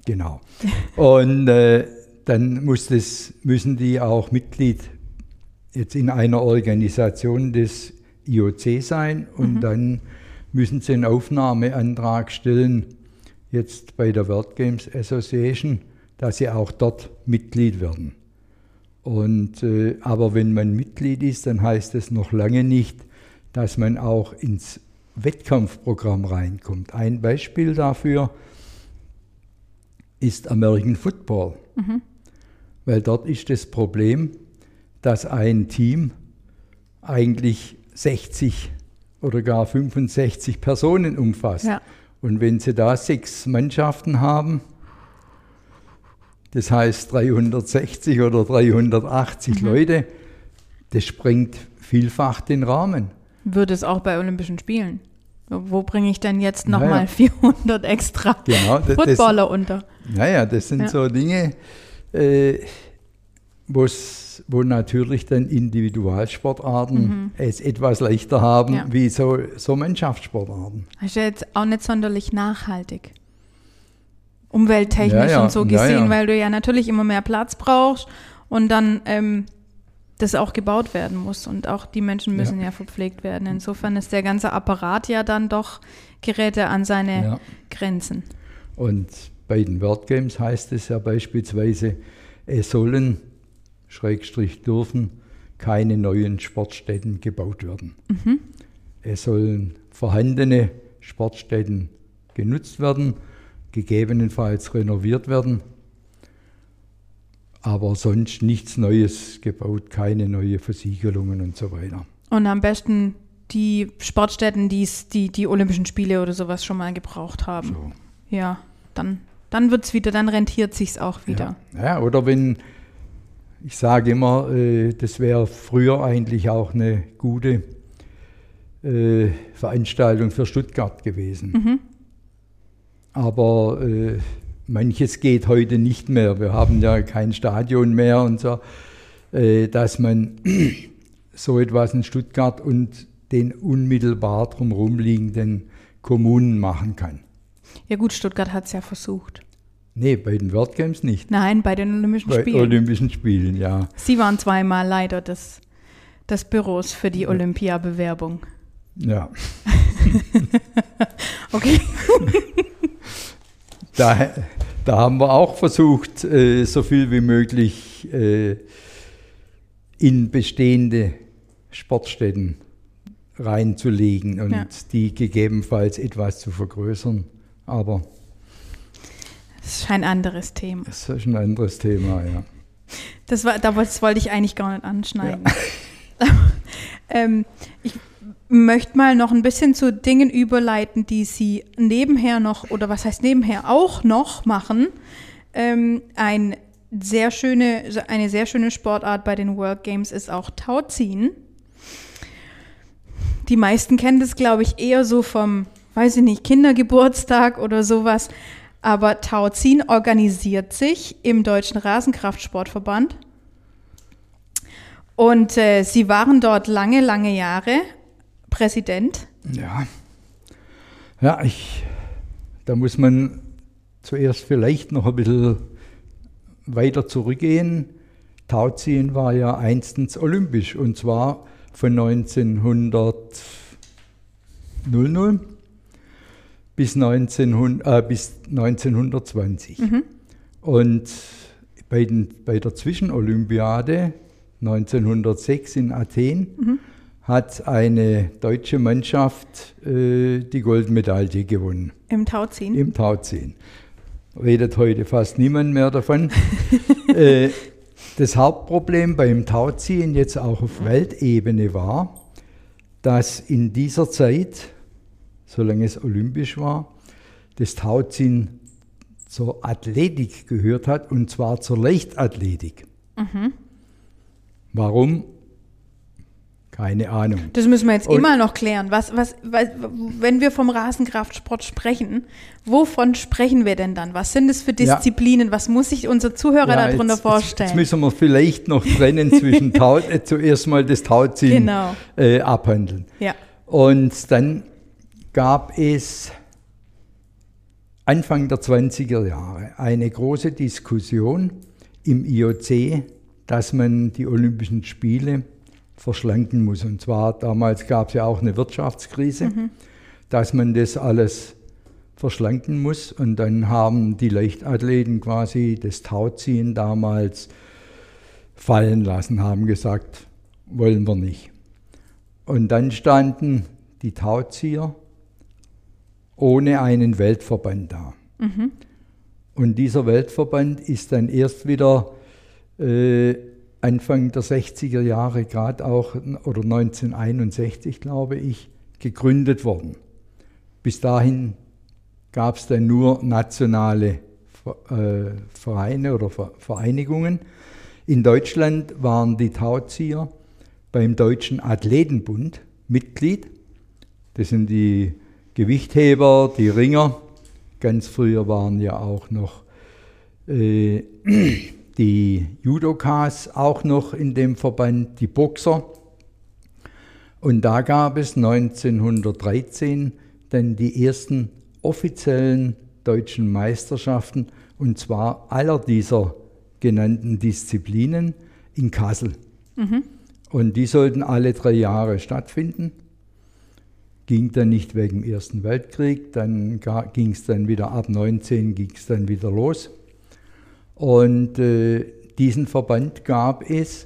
Genau. Und äh, dann muss das, müssen die auch Mitglied jetzt in einer Organisation des I O C sein und mhm. dann müssen sie einen Aufnahmeantrag stellen, jetzt bei der World Games Association, dass sie auch dort Mitglied werden. Und, äh, aber wenn man Mitglied ist, dann heißt es noch lange nicht, dass man auch ins Wettkampfprogramm reinkommt. Ein Beispiel dafür ist American Football. Mhm. Weil dort ist das Problem, dass ein Team eigentlich sechzig oder gar fünfundsechzig Personen umfasst. Ja. Und wenn sie da sechs Mannschaften haben, das heißt dreihundertsechzig oder dreihundertachtzig mhm. Leute, das sprengt vielfach den Rahmen. Würde es auch bei Olympischen Spielen? Wo bringe ich denn jetzt nochmal naja. vierhundert extra genau, das, Footballer das, unter? Naja, das sind ja. so Dinge, äh, wo natürlich dann Individualsportarten mhm. es etwas leichter haben, ja. wie so, so Mannschaftssportarten. Das ist ja jetzt auch nicht sonderlich nachhaltig. Umwelttechnisch ja, ja. und so gesehen, ja, ja. weil du ja natürlich immer mehr Platz brauchst und dann ähm, das auch gebaut werden muss und auch die Menschen müssen ja. ja verpflegt werden. Insofern ist der ganze Apparat ja dann doch Geräte an seine ja. Grenzen. Und bei den World Games heißt es ja beispielsweise, es sollen, Schrägstrich dürfen, keine neuen Sportstätten gebaut werden. Mhm. Es sollen vorhandene Sportstätten genutzt werden, gegebenenfalls renoviert werden, aber sonst nichts Neues gebaut, keine neue Versiegelungen und so weiter. Und am besten die Sportstätten, die's, die die Olympischen Spiele oder sowas schon mal gebraucht haben. So. Ja, dann, dann wird es wieder, dann rentiert sich's auch wieder. Ja, ja, oder wenn, ich sage immer, äh, das wäre früher eigentlich auch eine gute äh, Veranstaltung für Stuttgart gewesen. Mhm. Aber äh, manches geht heute nicht mehr. Wir haben ja kein Stadion mehr und so, äh, dass man so etwas in Stuttgart und den unmittelbar drumherum liegenden Kommunen machen kann. Ja gut, Stuttgart hat es ja versucht. Nee, bei den World Games nicht. Nein, bei den Olympischen bei Spielen. Bei Olympischen Spielen, ja. Sie waren zweimal Leiter des, des Büros für die Olympiabewerbung. Ja. Okay. Da, da haben wir auch versucht, äh, so viel wie möglich äh, in bestehende Sportstätten reinzulegen und ja. die gegebenenfalls etwas zu vergrößern. Aber das ist ein anderes Thema. Das ist ein anderes Thema, ja. Das, war, das wollte ich eigentlich gar nicht anschneiden. Ja. ähm, ich möchte mal noch ein bisschen zu Dingen überleiten, die Sie nebenher noch, oder was heißt nebenher, auch noch machen. Ähm, ein sehr schöne, eine sehr schöne Sportart bei den World Games ist auch Tauziehen. Die meisten kennen das, glaube ich, eher so vom, weiß ich nicht, Kindergeburtstag oder sowas. Aber Tauziehen organisiert sich im Deutschen Rasenkraftsportverband. Und äh, Sie waren dort lange, lange Jahre Präsident. Ja, ja ich, da muss man zuerst vielleicht noch ein bisschen weiter zurückgehen. Tauziehen war ja einstens olympisch und zwar von neunzehnhundert bis, neunzehnhundert, äh, bis neunzehnhundertzwanzig. Mhm. Und bei, den, bei der Zwischenolympiade neunzehnhundertsechs in Athen mhm. hat eine deutsche Mannschaft äh, die Goldmedaille gewonnen. Im Tauziehen? Im Tauziehen. Redet heute fast niemand mehr davon. äh, das Hauptproblem beim Tauziehen jetzt auch auf Weltebene war, dass in dieser Zeit, solange es olympisch war, das Tauziehen zur Athletik gehört hat, und zwar zur Leichtathletik. Mhm. Warum? Keine Ahnung. Das müssen wir jetzt und immer noch klären. Was, was, was, wenn wir vom Rasenkraftsport sprechen, wovon sprechen wir denn dann? Was sind es für Disziplinen? Ja. Was muss sich unser Zuhörer ja, darunter jetzt, vorstellen? Jetzt müssen wir vielleicht noch trennen zwischen Tau, äh, zuerst mal das Tauziehen genau. äh, abhandeln. Ja. Und dann gab es Anfang der zwanziger Jahre eine große Diskussion im I O C, dass man die Olympischen Spiele verschlanken muss. Und zwar, damals gab es ja auch eine Wirtschaftskrise, mhm. dass man das alles verschlanken muss. Und dann haben die Leichtathleten quasi das Tauziehen damals fallen lassen, haben gesagt, wollen wir nicht. Und dann standen die Tauzieher ohne einen Weltverband da. Mhm. Und dieser Weltverband ist dann erst wieder äh, Anfang der sechziger Jahre, gerade auch, oder neunzehnhunderteinundsechzig, glaube ich, gegründet worden. Bis dahin gab es dann nur nationale äh, Vereine oder Vereinigungen. In Deutschland waren die Tauzieher beim Deutschen Athletenbund Mitglied. Das sind die Gewichtheber, die Ringer. Ganz früher waren ja auch noch äh, die Judokas auch noch in dem Verband, die Boxer. Und da gab es neunzehnhundertdreizehn dann die ersten offiziellen deutschen Meisterschaften, und zwar aller dieser genannten Disziplinen in Kassel. Mhm. Und die sollten alle drei Jahre stattfinden. Ging dann nicht wegen dem Ersten Weltkrieg, dann ging es dann wieder ab neunzehn ging es dann wieder los. Und äh, diesen Verband gab es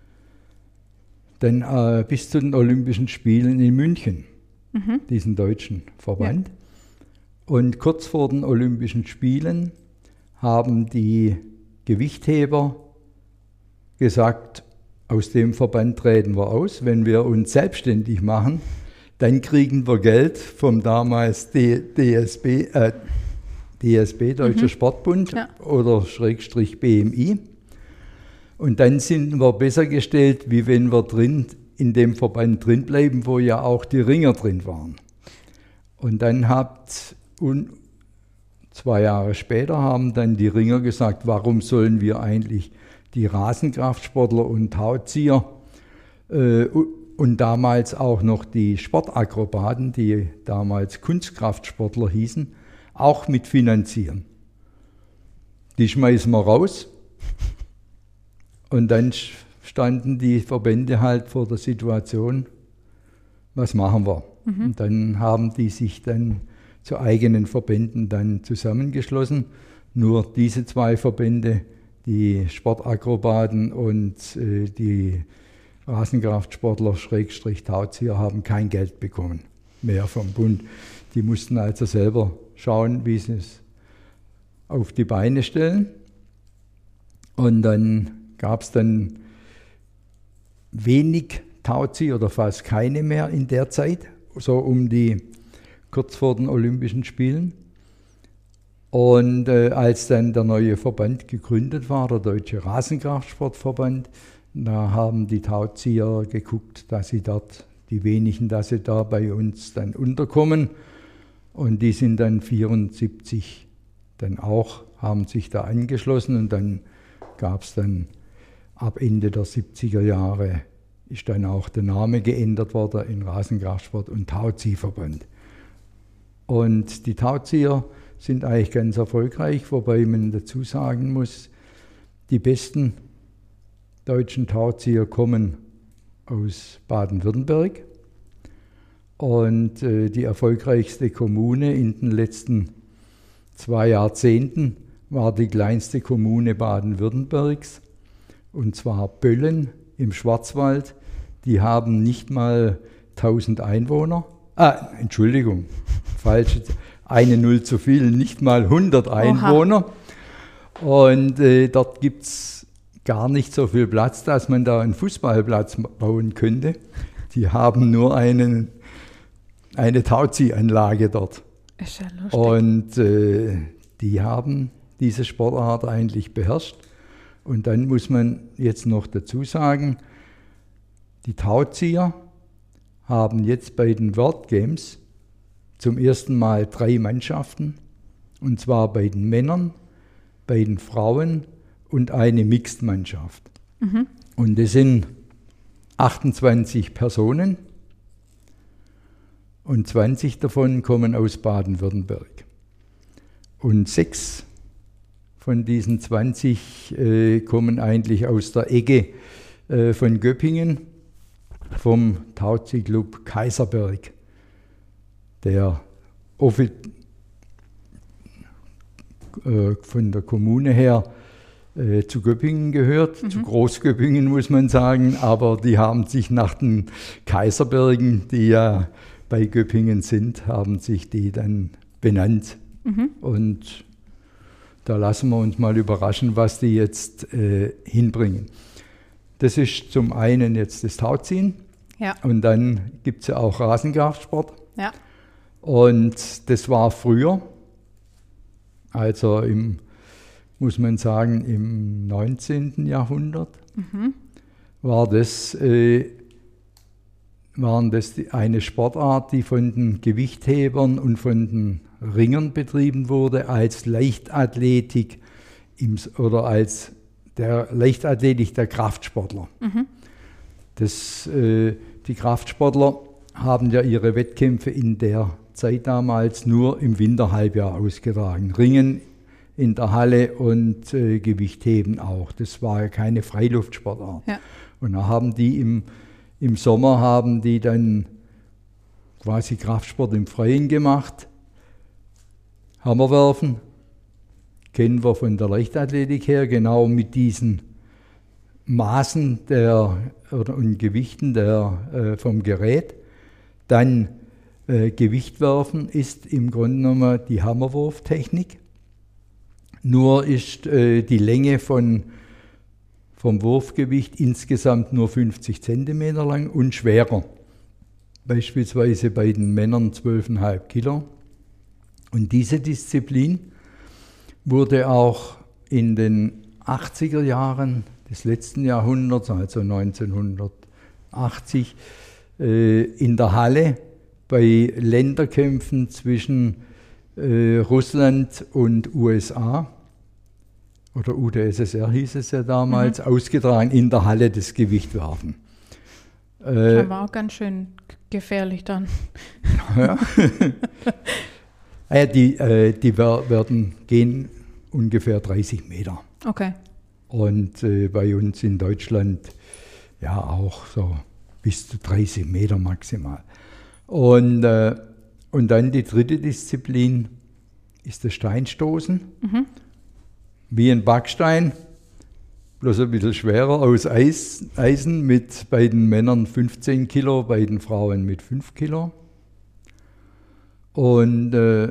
dann äh, bis zu den Olympischen Spielen in München, mhm. diesen deutschen Verband. Ja. Und kurz vor den Olympischen Spielen haben die Gewichtheber gesagt, aus dem Verband treten wir aus, wenn wir uns selbstständig machen, dann kriegen wir Geld vom damals D S B, äh, D S B, Deutscher mhm. Sportbund, ja. oder Schrägstrich B M I. Und dann sind wir besser gestellt, wie wenn wir drin in dem Verband drin bleiben, wo ja auch die Ringer drin waren. Und dann habt, und zwei Jahre später haben dann die Ringer gesagt, warum sollen wir eigentlich die Rasenkraftsportler und Tauzieher äh, und damals auch noch die Sportakrobaten, die damals Kunstkraftsportler hießen, auch mitfinanzieren. Die schmeißen wir raus. Und dann standen die Verbände halt vor der Situation, was machen wir? Mhm. Und dann haben die sich dann zu eigenen Verbänden dann zusammengeschlossen. Nur diese zwei Verbände, die Sportakrobaten und äh, die Rasenkraftsportler Schrägstrich Tauzieher, haben kein Geld bekommen mehr vom Bund. Die mussten also selber schauen, wie sie es auf die Beine stellen. Und dann gab es dann wenig Tauzieher oder fast keine mehr in der Zeit, so um die kurz vor den Olympischen Spielen. Und äh, als dann der neue Verband gegründet war, der Deutsche Rasenkraftsportverband, da haben die Tauzieher geguckt, dass sie dort, die wenigen, dass sie da bei uns dann unterkommen. Und die sind dann vierundsiebzig dann auch, haben sich da angeschlossen, und dann gab es dann ab Ende der siebziger Jahre ist dann auch der Name geändert worden in Rasenkraftsport- und Tauziehverband. Und die Tauzieher sind eigentlich ganz erfolgreich, wobei man dazu sagen muss, die besten deutschen Tauzieher kommen aus Baden-Württemberg. Und äh, die erfolgreichste Kommune in den letzten zwei Jahrzehnten war die kleinste Kommune Baden-Württembergs, und zwar Böllen im Schwarzwald. Die haben nicht mal tausend Einwohner. Ah, Entschuldigung, falsch, eine Null zu viel, nicht mal hundert Einwohner. Oha. Und äh, dort gibt es gar nicht so viel Platz, dass man da einen Fußballplatz bauen könnte. Die haben nur einen, eine Tauziehanlage dort. Ist ja lustig. Und äh, die haben diese Sportart eigentlich beherrscht. Und dann muss man jetzt noch dazu sagen, die Tauzieher haben jetzt bei den World Games zum ersten Mal drei Mannschaften, und zwar bei den Männern, bei den Frauen und eine Mixed-Mannschaft. Mhm. Und das sind achtundzwanzig Personen, und zwanzig davon kommen aus Baden-Württemberg. Und sechs von diesen zwanzig äh, kommen eigentlich aus der Ecke äh, von Göppingen. vom Tauziehclub Kaiserberg, der offi- äh, von der Kommune her äh, zu Göppingen gehört, mhm. zu Großgöppingen muss man sagen, aber die haben sich nach den Kaiserbergen, die ja bei Göppingen sind, haben sich die dann benannt. Mhm. Und da lassen wir uns mal überraschen, was die jetzt äh, hinbringen. Das ist zum einen jetzt das Tauziehen. Ja. Und dann gibt es ja auch Rasenkraftsport. Ja. Und das war früher, also im, muss man sagen, im neunzehnten Jahrhundert, mhm. war das, äh, waren das die, eine Sportart, die von den Gewichthebern und von den Ringern betrieben wurde, als Leichtathletik im, oder als der Leichtathletik der Kraftsportler. Mhm. Das, äh, die Kraftsportler haben ja ihre Wettkämpfe in der Zeit damals nur im Winterhalbjahr ausgetragen. Ringen in der Halle und äh, Gewichtheben auch. Das war ja keine Freiluftsportart. Ja. Und da haben die im, im Sommer haben die dann quasi Kraftsport im Freien gemacht. Hammerwerfen kennen wir von der Leichtathletik her, genau mit diesen Maßen der, oder, und Gewichten der, äh, vom Gerät. Dann äh, Gewichtwerfen ist im Grunde genommen die Hammerwurftechnik. Nur ist äh, die Länge von, vom Wurfgewicht insgesamt nur fünfzig Zentimeter lang und schwerer. Beispielsweise bei den Männern zwölf Komma fünf Kilo. Und diese Disziplin wurde auch in den achtziger Jahren des letzten Jahrhunderts, also neunzehnhundertachtzig, äh, in der Halle bei Länderkämpfen zwischen äh, Russland und U S A oder U d S S R hieß es ja damals, mhm. ausgetragen in der Halle des Gewichtwerfen. Äh, das war auch ganz schön gefährlich dann. Ja. Ja, die, äh, die werden gehen ungefähr dreißig Meter. Okay. Und äh, bei uns in Deutschland ja auch so bis zu dreißig Meter maximal. Und, äh, und dann die dritte Disziplin ist das Steinstoßen. Mhm. Wie ein Backstein, bloß ein bisschen schwerer, aus Eis, Eisen mit bei den Männern fünfzehn Kilo, bei den Frauen mit fünf Kilo. Und äh,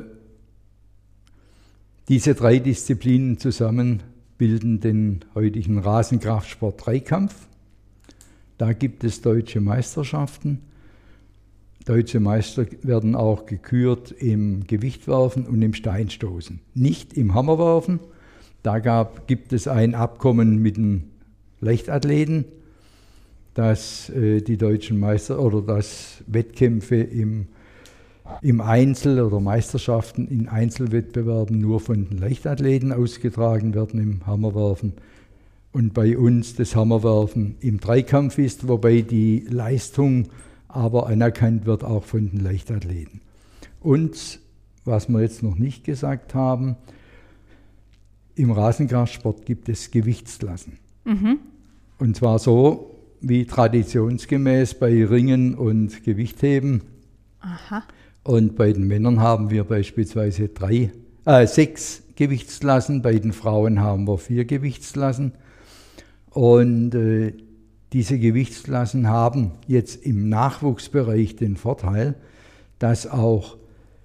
diese drei Disziplinen zusammen bilden den heutigen Rasenkraftsport-Dreikampf. Da gibt es deutsche Meisterschaften. Deutsche Meister werden auch gekürt im Gewichtwerfen und im Steinstoßen. Nicht im Hammerwerfen. Da gab, gibt es ein Abkommen mit den Leichtathleten, dass äh, die deutschen Meister oder dass Wettkämpfe im im Einzel- oder Meisterschaften in Einzelwettbewerben nur von den Leichtathleten ausgetragen werden im Hammerwerfen und bei uns das Hammerwerfen im Dreikampf ist, wobei die Leistung aber anerkannt wird auch von den Leichtathleten. Und was wir jetzt noch nicht gesagt haben, im Rasenkraftsport gibt es Gewichtsklassen. Mhm. Und zwar so wie traditionsgemäß bei Ringen und Gewichtheben. Aha. Und bei den Männern haben wir beispielsweise drei, äh, sechs Gewichtsklassen, bei den Frauen haben wir vier Gewichtsklassen. Und äh, diese Gewichtsklassen haben jetzt im Nachwuchsbereich den Vorteil, dass auch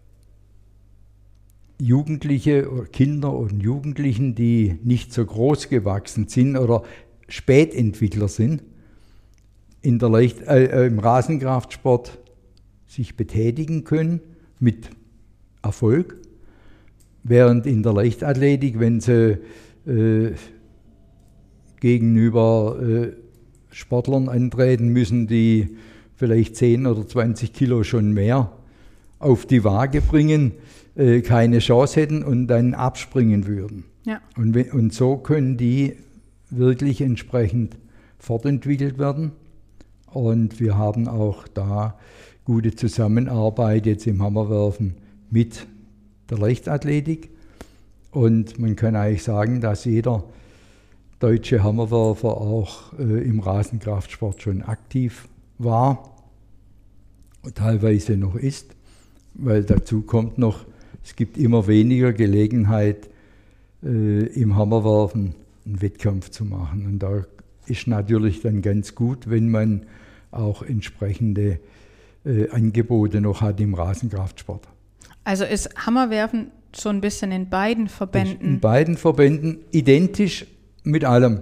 Jugendliche oder Kinder und Jugendlichen, die nicht so groß gewachsen sind oder Spätentwickler sind, in der Leicht, äh, im Rasenkraftsport sich betätigen können mit Erfolg, während in der Leichtathletik, wenn sie äh, gegenüber äh, Sportlern antreten müssen, die vielleicht zehn oder zwanzig Kilo schon mehr auf die Waage bringen, äh, keine Chance hätten und dann abspringen würden. Ja. Und, und so können die wirklich entsprechend fortentwickelt werden. Und wir haben auch da gute Zusammenarbeit jetzt im Hammerwerfen mit der Leichtathletik. Und man kann eigentlich sagen, dass jeder deutsche Hammerwerfer auch äh, im Rasenkraftsport schon aktiv war und teilweise noch ist, weil dazu kommt noch, es gibt immer weniger Gelegenheit, äh, im Hammerwerfen einen Wettkampf zu machen. Und da ist natürlich dann ganz gut, wenn man auch entsprechende äh, Angebote noch hat im Rasenkraftsport. Also ist Hammerwerfen so ein bisschen in beiden Verbänden? In beiden Verbänden identisch mit allem.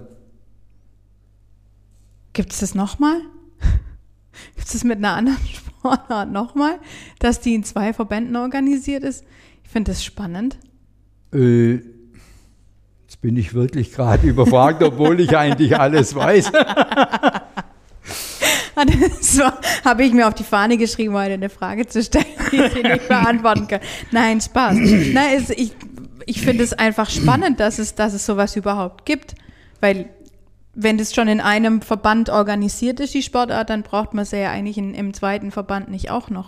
Gibt es das nochmal? Gibt es das mit einer anderen Sportart nochmal, dass die in zwei Verbänden organisiert ist? Ich finde das spannend. Äh, jetzt bin ich wirklich gerade überfragt, obwohl ich eigentlich alles weiß. Das habe ich mir auf die Fahne geschrieben, heute eine Frage zu stellen, die ich nicht beantworten kann. Nein, Spaß. Nein, es, ich ich finde es einfach spannend, dass es, dass es sowas überhaupt gibt, weil wenn das schon in einem Verband organisiert ist, die Sportart, dann braucht man sie ja eigentlich in, im zweiten Verband nicht auch noch.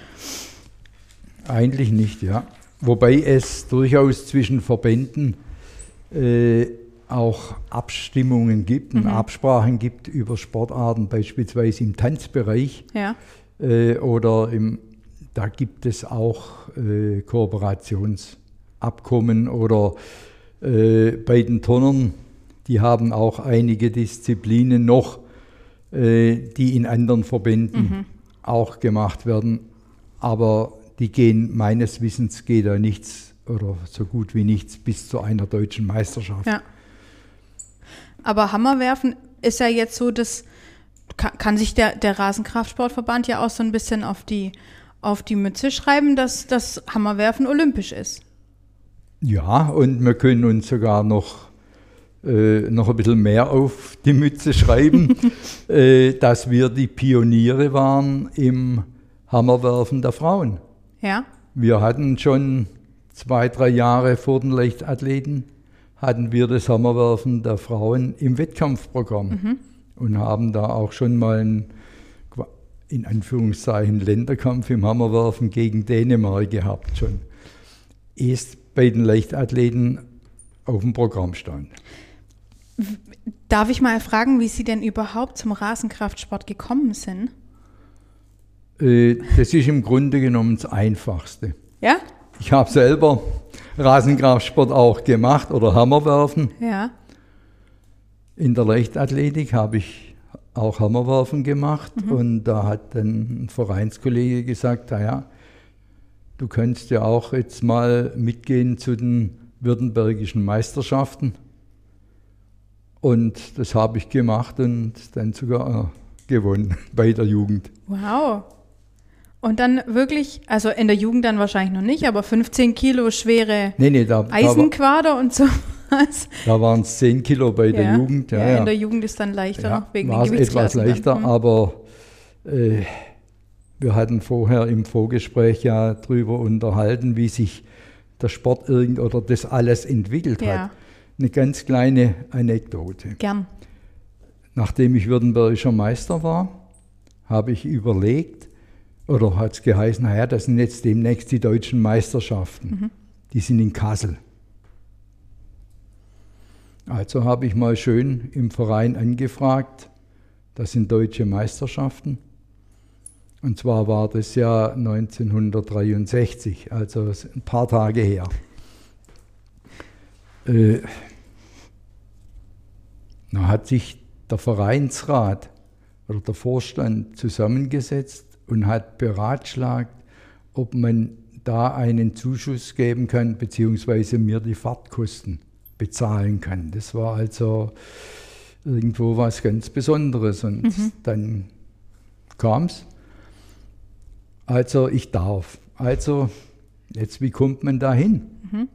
Eigentlich nicht, ja. Wobei es durchaus zwischen Verbänden äh, auch Abstimmungen gibt und mhm. Absprachen gibt über Sportarten, beispielsweise im Tanzbereich. Ja. Äh, oder im, da gibt es auch äh, Kooperationsabkommen oder äh, bei den Turnern, die haben auch einige Disziplinen noch, äh, die in anderen Verbänden mhm. auch gemacht werden. Aber die gehen, meines Wissens geht da nichts oder so gut wie nichts bis zu einer deutschen Meisterschaft. Ja. Aber Hammerwerfen ist ja jetzt so, dass kann, kann sich der, der Rasenkraftsportverband ja auch so ein bisschen auf die, auf die Mütze schreiben, dass das Hammerwerfen olympisch ist. Ja, und wir können uns sogar noch Äh, noch ein bisschen mehr auf die Mütze schreiben, äh, dass wir die Pioniere waren im Hammerwerfen der Frauen. Ja. Wir hatten schon zwei, drei Jahre vor den Leichtathleten, hatten wir das Hammerwerfen der Frauen im Wettkampfprogramm mhm. und haben da auch schon mal einen, in Anführungszeichen, Länderkampf im Hammerwerfen gegen Dänemark gehabt schon. Erst bei den Leichtathleten auf dem Programm stand. Darf ich mal fragen, wie Sie denn überhaupt zum Rasenkraftsport gekommen sind? Äh, das ist im Grunde genommen das Einfachste. Ja? Ich habe selber Rasenkraftsport auch gemacht oder Hammerwerfen. Ja. In der Leichtathletik habe ich auch Hammerwerfen gemacht mhm. und da hat dann ein Vereinskollege gesagt, naja, du kannst ja auch jetzt mal mitgehen zu den württembergischen Meisterschaften. Und das habe ich gemacht und dann sogar gewonnen bei der Jugend. Wow. Und dann wirklich, also in der Jugend dann wahrscheinlich noch nicht, aber fünfzehn Kilo schwere nee, nee, da, Eisenquader da war, und sowas. Da waren es zehn Kilo bei der ja, Jugend. Ja, ja, ja, in der Jugend ist dann leichter ja, noch wegen den Gewichtsklassen. Etwas leichter, mhm. aber äh, wir hatten vorher im Vorgespräch ja drüber unterhalten, wie sich der Sport irgend oder das alles entwickelt ja. hat. Eine ganz kleine Anekdote. Gern. Nachdem ich württembergischer Meister war, habe ich überlegt, oder hat es geheißen, naja, das sind jetzt demnächst die deutschen Meisterschaften. Mhm. Die sind in Kassel. Also habe ich mal schön im Verein angefragt, das sind deutsche Meisterschaften. Und zwar war das Jahr neunzehnhundertdreiundsechzig, also ein paar Tage her. Äh, da hat sich der Vereinsrat oder der Vorstand zusammengesetzt und hat beratschlagt, ob man da einen Zuschuss geben kann, beziehungsweise mir die Fahrtkosten bezahlen kann. Das war also irgendwo was ganz Besonderes. Und mhm. dann kam es. Also ich darf. Also jetzt, wie kommt man da hin? Mhm.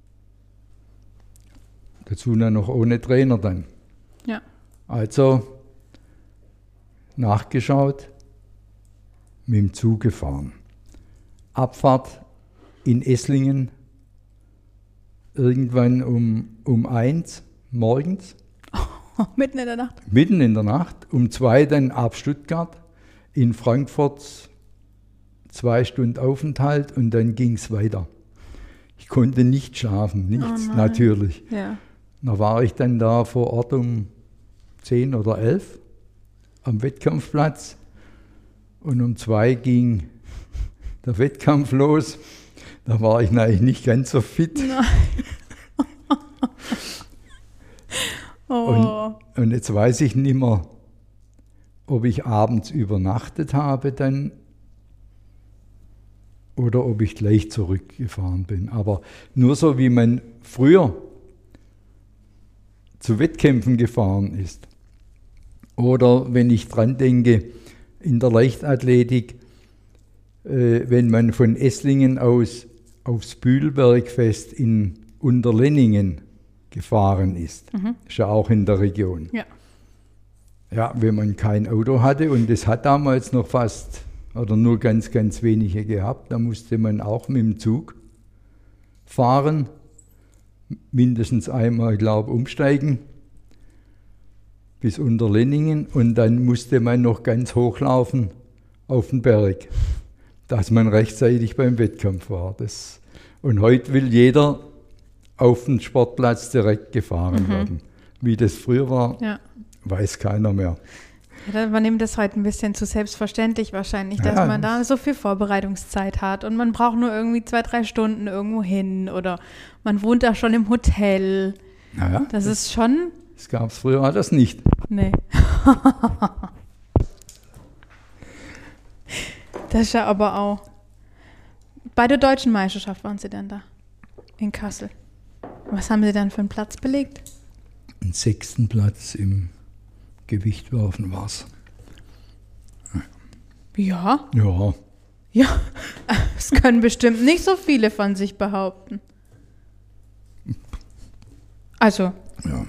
Dazu dann noch ohne Trainer dann. Ja. Also nachgeschaut, mit dem Zug gefahren. Abfahrt in Esslingen irgendwann um, um eins morgens. Oh, mitten in der Nacht? Mitten in der Nacht. Um zwei dann ab Stuttgart, in Frankfurt zwei Stunden Aufenthalt und dann ging es weiter. Ich konnte nicht schlafen, nichts, oh natürlich. Ja. Da war ich dann da vor Ort um zehn oder elf am Wettkampfplatz Und um zwei ging der Wettkampf los. Da war ich eigentlich nicht ganz so fit. Nein. Oh. Und, und jetzt weiß ich nicht mehr, ob ich abends übernachtet habe dann oder ob ich gleich zurückgefahren bin. Aber nur so, wie man früher zu Wettkämpfen gefahren ist. Oder wenn ich dran denke, in der Leichtathletik, äh, wenn man von Esslingen aus aufs Bühlbergfest in Unterlenningen gefahren ist. Mhm. Ist ja auch in der Region. Ja. Ja, wenn man kein Auto hatte, und es hat damals noch fast oder nur ganz, ganz wenige gehabt, da musste man auch mit dem Zug fahren, mindestens einmal, ich glaube, umsteigen bis Unterlenningen, und dann musste man noch ganz hochlaufen auf den Berg, dass man rechtzeitig beim Wettkampf war. Das, und heute will jeder auf den Sportplatz direkt gefahren mhm. werden. Wie das früher war, ja. weiß keiner mehr. Ja, man nimmt das heute ein bisschen zu selbstverständlich wahrscheinlich, dass ja, man da so viel Vorbereitungszeit hat und man braucht nur irgendwie zwei, drei Stunden irgendwo hin oder man wohnt da schon im Hotel. Ja, das, das ist schon... Das gab es früher alles nicht. Nee. Das ist ja aber auch... Bei der Deutschen Meisterschaft waren Sie dann da, in Kassel. Was haben Sie dann für einen Platz belegt? Einen sechsten Platz im Gewichtwerfen war es. Ja? Ja. Ja, das können bestimmt nicht so viele von sich behaupten. Also. Ja.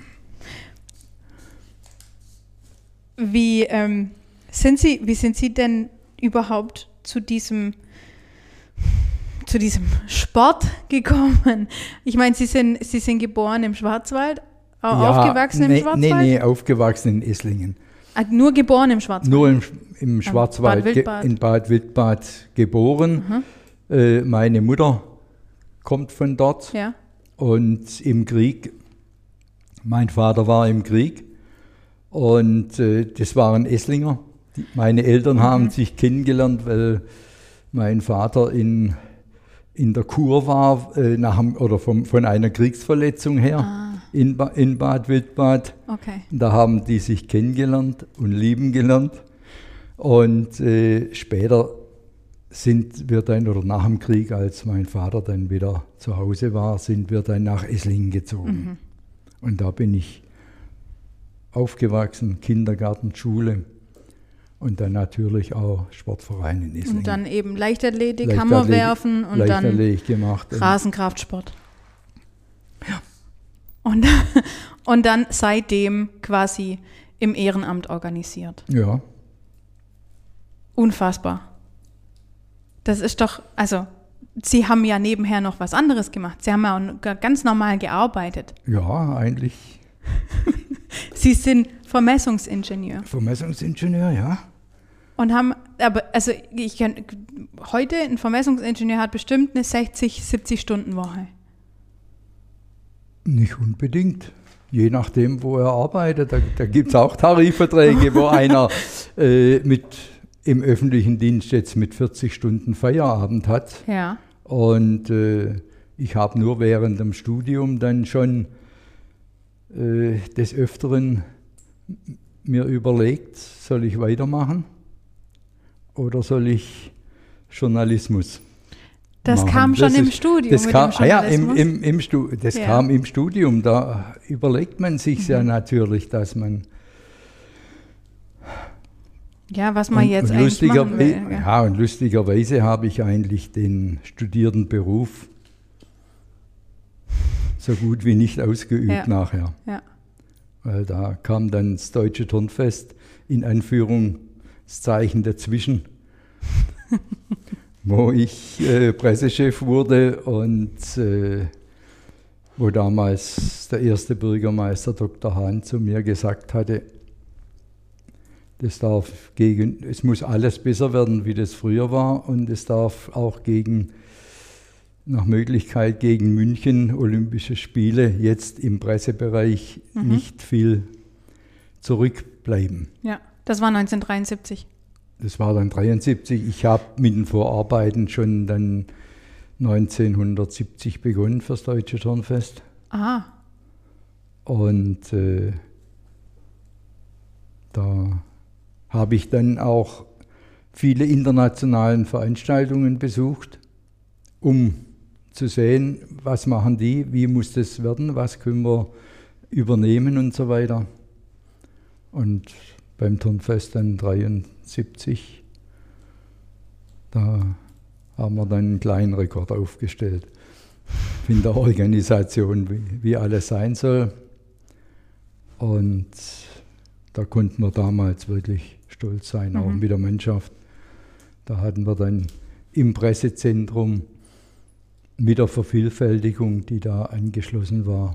Wie, ähm, sind Sie, wie sind Sie denn überhaupt zu diesem, zu diesem Sport gekommen? Ich meine, Sie sind, Sie sind geboren im Schwarzwald, ja, aufgewachsen nee, im Schwarzwald? Nee, nee, aufgewachsen in Esslingen. Ah, nur geboren im Schwarzwald? Nur im, im Schwarzwald, Bad Wildbad. Ge- in Bad Wildbad geboren. Mhm. Äh, meine Mutter kommt von dort. Ja. Und im Krieg, mein Vater war im Krieg. Und äh, das waren Esslinger. Die, meine Eltern mhm. haben sich kennengelernt, weil mein Vater in, in der Kur war, äh, nach, oder vom, von einer Kriegsverletzung her ah. in, ba, in Bad Wildbad. Okay. Da haben die sich kennengelernt und lieben gelernt. Und äh, später sind wir dann, oder nach dem Krieg, als mein Vater dann wieder zu Hause war, sind wir dann nach Esslingen gezogen. Mhm. Und da bin ich aufgewachsen, Kindergarten, Schule und dann natürlich auch Sportverein in Esslingen. Und dann eben Leichtathletik, Leichtathletik Hammerwerfen und Leichtathletik dann gemacht. Rasenkraftsport. Ja. Und, und dann seitdem quasi im Ehrenamt organisiert. Ja. Unfassbar. Das ist doch, also Sie haben ja nebenher noch was anderes gemacht. Sie haben ja auch ganz normal gearbeitet. Ja, eigentlich. Sie sind Vermessungsingenieur. Vermessungsingenieur, ja. Und haben, aber, also ich kann, heute ein Vermessungsingenieur hat bestimmt eine sechzig, siebzig Stunden Woche. Nicht unbedingt. Je nachdem, wo er arbeitet. Da, da gibt es auch Tarifverträge, wo einer äh, mit im öffentlichen Dienst jetzt mit vierzig Stunden Feierabend hat. Ja. Und äh, ich habe nur während dem Studium dann schon äh, des Öfteren mir überlegt, soll ich weitermachen oder soll ich Journalismus Das machen? kam schon das im ist, Studium das mit kam, dem Journalismus? Ja, im, im, im Stu- das ja. kam im Studium. Da überlegt man sich mhm. ja natürlich, dass man Ja, was man und, jetzt und eigentlich machen will. Ja. ja, und lustigerweise habe ich eigentlich den studierten Beruf so gut wie nicht ausgeübt ja. nachher. Ja. Weil da kam dann das Deutsche Turnfest in Anführungszeichen dazwischen, wo ich äh, Pressechef wurde und äh, wo damals der erste Bürgermeister Doktor Hahn zu mir gesagt hatte, das darf gegen, es muss alles besser werden, wie das früher war, und es darf auch gegen, nach Möglichkeit gegen München Olympische Spiele jetzt im Pressebereich mhm. nicht viel zurückbleiben. Ja, das war neunzehnhundertdreiundsiebzig. das war dann dreiundsiebzig. Ich habe mit den Vorarbeiten schon dann neunzehnhundertsiebzig begonnen fürs Deutsche Turnfest. Ah. Und äh, da habe ich dann auch viele internationalen Veranstaltungen besucht, um zu sehen, was machen die, wie muss das werden, was können wir übernehmen und so weiter. Und beim Turnfest dann dreiundsiebzig, da haben wir dann einen kleinen Rekord aufgestellt in der Organisation, wie, wie alles sein soll. Und da konnten wir damals wirklich stolz sein, mhm. auch mit der Mannschaft. Da hatten wir dann im Pressezentrum mit der Vervielfältigung, die da angeschlossen war,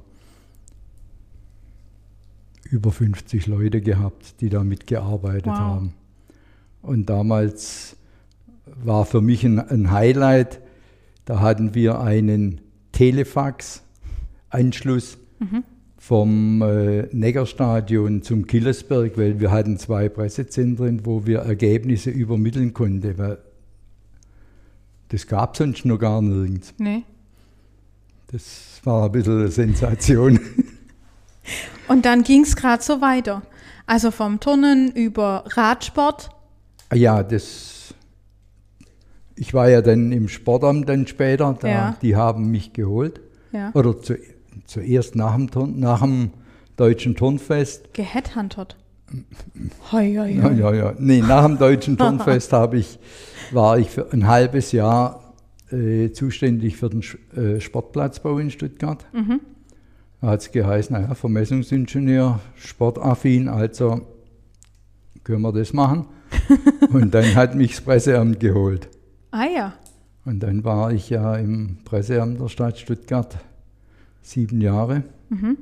über fünfzig Leute gehabt, die da mitgearbeitet wow. haben. Und damals war für mich ein, ein Highlight, da hatten wir einen Telefax-Anschluss mhm. vom äh, Neckarstadion zum Killersberg, weil wir hatten zwei Pressezentren, wo wir Ergebnisse übermitteln konnten, weil das gab es sonst noch gar nirgends. Nee. Das war ein bisschen eine Sensation. Und dann ging es gerade so weiter. Also vom Turnen über Radsport. Ja, das. Ich war ja dann im Sportamt dann später, da, ja. die haben mich geholt. Ja. Oder zu, zuerst nach dem, Turn, nach dem Deutschen Turnfest. Geheadhuntert. Hoi, hoi, hoi. Ja, ja, ja. Nee, nach dem Deutschen Turnfest habe ich, war ich für ein halbes Jahr äh, zuständig für den äh, Sportplatzbau in Stuttgart. Mhm. Da hat es geheißen, naja, Vermessungsingenieur, sportaffin, also können wir das machen. Und dann hat mich das Presseamt geholt. Ah ja. Und dann war ich ja im Presseamt der Stadt Stuttgart sieben Jahre. Mhm.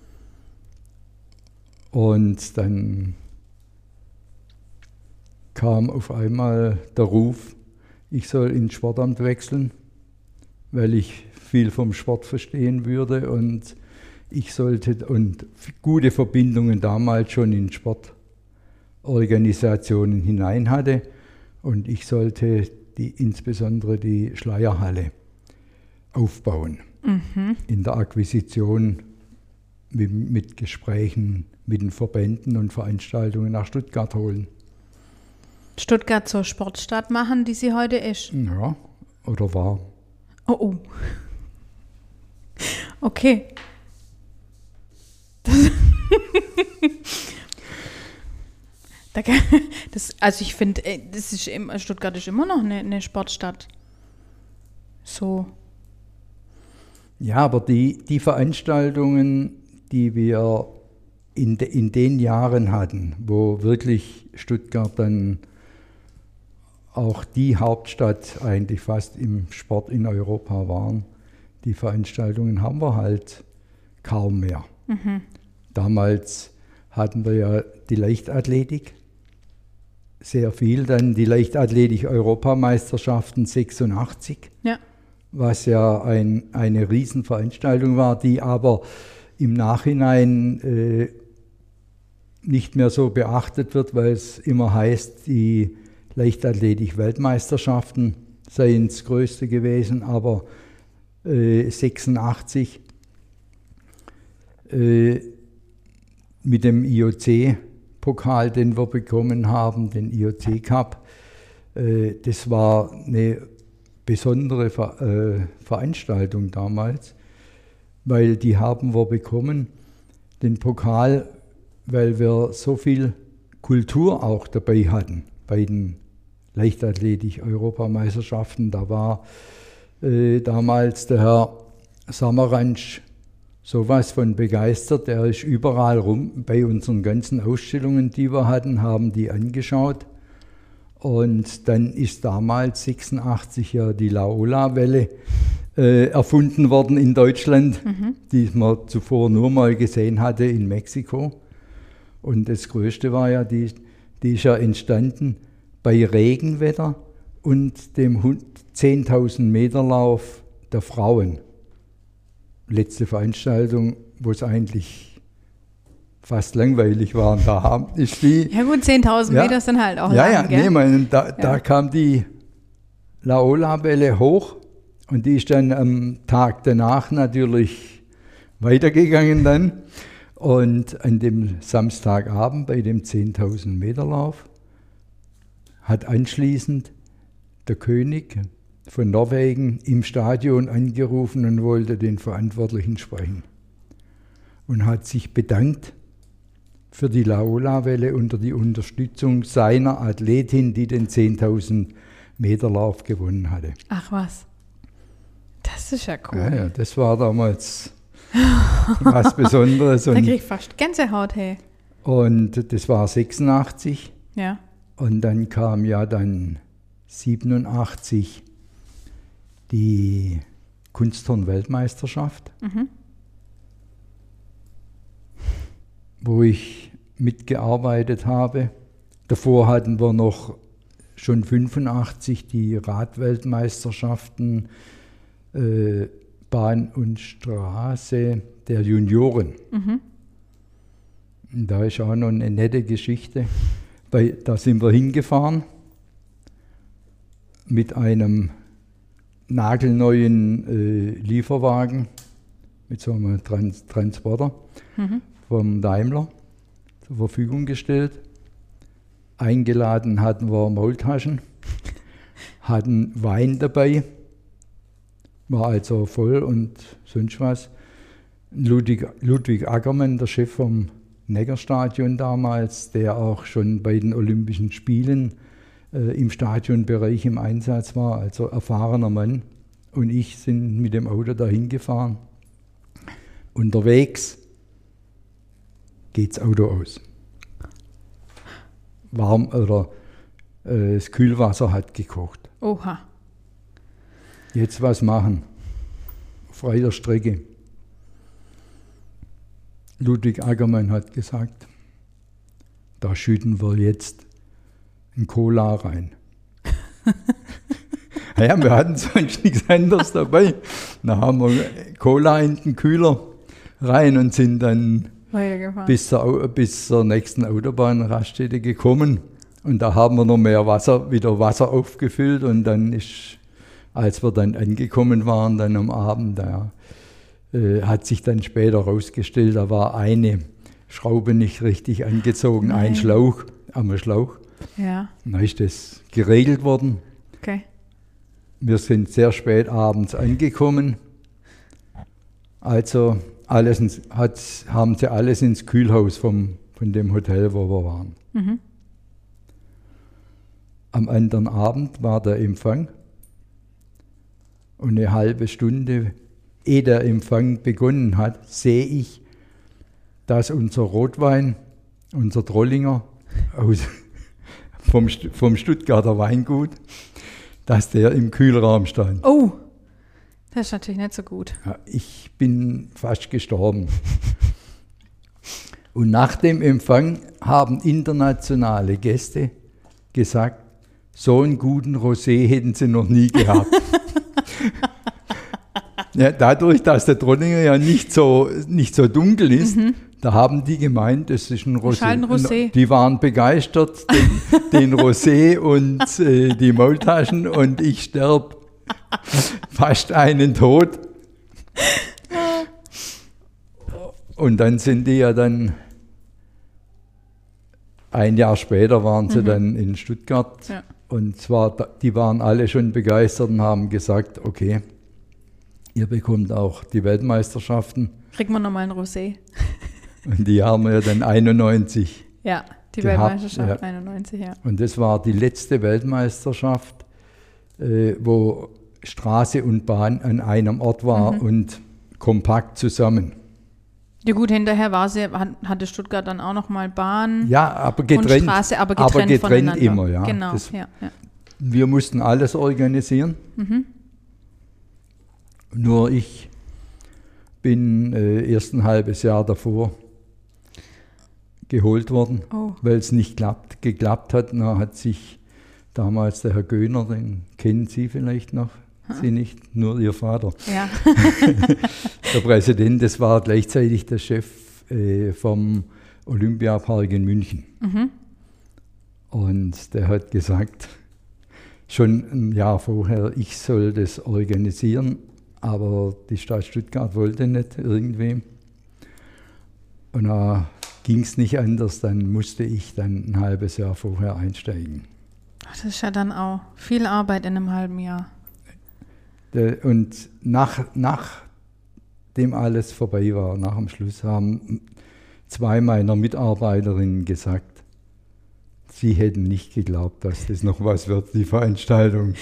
Und dann kam auf einmal der Ruf, ich soll ins Sportamt wechseln, weil ich viel vom Sport verstehen würde und ich sollte und gute Verbindungen damals schon in Sportorganisationen hinein hatte und ich sollte die, insbesondere die Schleierhalle aufbauen, mhm. in der Akquisition mit, mit Gesprächen mit den Verbänden und Veranstaltungen nach Stuttgart holen. Stuttgart zur Sportstadt machen, die sie heute ist. Ja, oder war. Oh, oh. Okay. Das, das, also ich finde, das ist im, Stuttgart ist immer noch eine, eine Sportstadt. So. Ja, aber die, die Veranstaltungen, die wir in, de, in den Jahren hatten, wo wirklich Stuttgart dann auch die Hauptstadt eigentlich fast im Sport in Europa waren, die Veranstaltungen haben wir halt kaum mehr. Mhm. Damals hatten wir ja die Leichtathletik, sehr viel, dann die Leichtathletik-Europameisterschaften sechsundachtzig, ja. was ja ein, eine Riesenveranstaltung war, die aber im Nachhinein äh, nicht mehr so beachtet wird, weil es immer heißt, die Leichtathletik-Weltmeisterschaften seien das Größte gewesen, aber äh, sechsundachtzig äh, mit dem I O C-Pokal, den wir bekommen haben, den I O C-Cup, äh, das war eine besondere Ver äh, Veranstaltung damals, weil die haben wir bekommen, den Pokal, weil wir so viel Kultur auch dabei hatten bei den Leichtathletik-Europameisterschaften. Da war äh, damals der Herr Samaranch sowas von begeistert. Er ist überall rum bei unseren ganzen Ausstellungen, die wir hatten, haben die angeschaut. Und dann ist damals sechsundachtzig ja die Laola-Welle äh, erfunden worden in Deutschland, mhm. die man zuvor nur mal gesehen hatte in Mexiko. Und das Größte war ja, die, die ist ja entstanden bei Regenwetter und dem zehntausend Meter Lauf der Frauen. Letzte Veranstaltung, wo es eigentlich fast langweilig waren. Da ist die, ja gut, zehntausend ja, Meter sind halt auch ja, lang, ja, gell? nee, man, da, Ja. da kam die Laola-Welle hoch und die ist dann am Tag danach natürlich weitergegangen dann. Und an dem Samstagabend bei dem zehntausend Meter Lauf hat anschließend der König von Norwegen im Stadion angerufen und wollte den Verantwortlichen sprechen und hat sich bedankt für die Laola-Welle und die Unterstützung seiner Athletin, die den zehntausend Meter Lauf gewonnen hatte. Ach was, das ist ja cool. Ja, ja, das war damals was Besonderes. Da Und, krieg ich fast Gänsehaut, hey. und das war sechsundachtzig Ja. und dann kam ja dann siebenundachtzig die Kunstturn-Weltmeisterschaft, Mhm. wo ich mitgearbeitet habe. Davor hatten wir noch schon fünfundachtzig die Radweltmeisterschaften äh, Bahn und Straße der Junioren. Mhm. Und da ist auch noch eine nette Geschichte. Bei, da sind wir hingefahren mit einem nagelneuen äh, Lieferwagen, mit so einem Trans Transporter Mhm. vom Daimler zur Verfügung gestellt. Eingeladen hatten wir Maultaschen, hatten Wein dabei, war also voll und sonst was. Ludwig, Ludwig Ackermann, der Chef vom Neckarstadion damals, der auch schon bei den Olympischen Spielen äh, im Stadionbereich im Einsatz war, also erfahrener Mann. Und ich sind mit dem Auto dahin gefahren. Unterwegs geht das Auto aus. Warm oder äh, das Kühlwasser hat gekocht. Oha. Jetzt was machen? Auf freier Strecke. Ludwig Ackermann hat gesagt, da schütten wir jetzt ein Cola rein. Ja, wir hatten sonst nichts anderes dabei. Da haben wir Cola in den Kühler rein und sind dann Weitergefahren. bis zur, bis zur nächsten Autobahnraststätte gekommen. Und da haben wir noch mehr Wasser, wieder Wasser aufgefüllt. Und dann ist, als wir dann angekommen waren, dann am Abend, da äh, hat sich dann später herausgestellt, da war eine Schraube nicht richtig angezogen, Nein. ein Schlauch am Schlauch. Ja, Dann ist das geregelt worden. okay. Wir sind sehr spät abends angekommen. Also alles ins, hat, haben sie alles ins Kühlhaus vom, von dem Hotel, wo wir waren. Mhm. Am anderen Abend war der Empfang. Und eine halbe Stunde, ehe der Empfang begonnen hat, sehe ich, dass unser Rotwein, unser Trollinger aus, vom, vom Stuttgarter Weingut, dass der im Kühlraum stand. Oh, das ist natürlich nicht so gut. Ja, ich bin fast gestorben. Und nach dem Empfang haben internationale Gäste gesagt, so einen guten Rosé hätten sie noch nie gehabt. Ja, dadurch, dass der Trollinger ja nicht so, nicht so dunkel ist, mhm. da haben die gemeint, das ist ein Rosé. Ein Rosé. Die waren begeistert, den, den Rosé und äh, die Maultaschen, und ich sterbe fast einen Tod. Und dann sind die ja dann, ein Jahr später waren sie mhm. dann in Stuttgart. Ja. Und zwar, die waren alle schon begeistert und haben gesagt, okay, ihr bekommt auch die Weltmeisterschaften. Kriegt man nochmal ein Rosé. Und die haben wir ja dann einundneunzig. Ja, die gehabt, Weltmeisterschaft ja. einundneunzig, ja. Und das war die letzte Weltmeisterschaft, äh, wo Straße und Bahn an einem Ort war mhm. und kompakt zusammen. Ja gut, hinterher war sie, hatte Stuttgart dann auch nochmal Bahn ja, aber getrennt, und Straße, aber getrennt, aber getrennt voneinander. immer. Ja. Genau, das, ja, ja. Wir mussten alles organisieren. Mhm. Nur ich bin äh, erst ein halbes Jahr davor geholt worden, oh. weil es nicht klappt, geklappt hat. Da hat sich damals der Herr Göhner, den kennen Sie vielleicht noch, ha. Sie nicht, nur Ihr Vater. Ja. Der Präsident, das war gleichzeitig der Chef äh, vom Olympiapark in München. Mhm. Und der hat gesagt, schon ein Jahr vorher, ich soll das organisieren, aber die Stadt Stuttgart wollte nicht irgendwie. Und da ging es nicht anders, dann musste ich dann ein halbes Jahr vorher einsteigen. Das ist ja dann auch viel Arbeit in einem halben Jahr. Und nach, nachdem alles vorbei war, nach dem Schluss, haben zwei meiner Mitarbeiterinnen gesagt, sie hätten nicht geglaubt, dass das noch was wird, die Veranstaltung.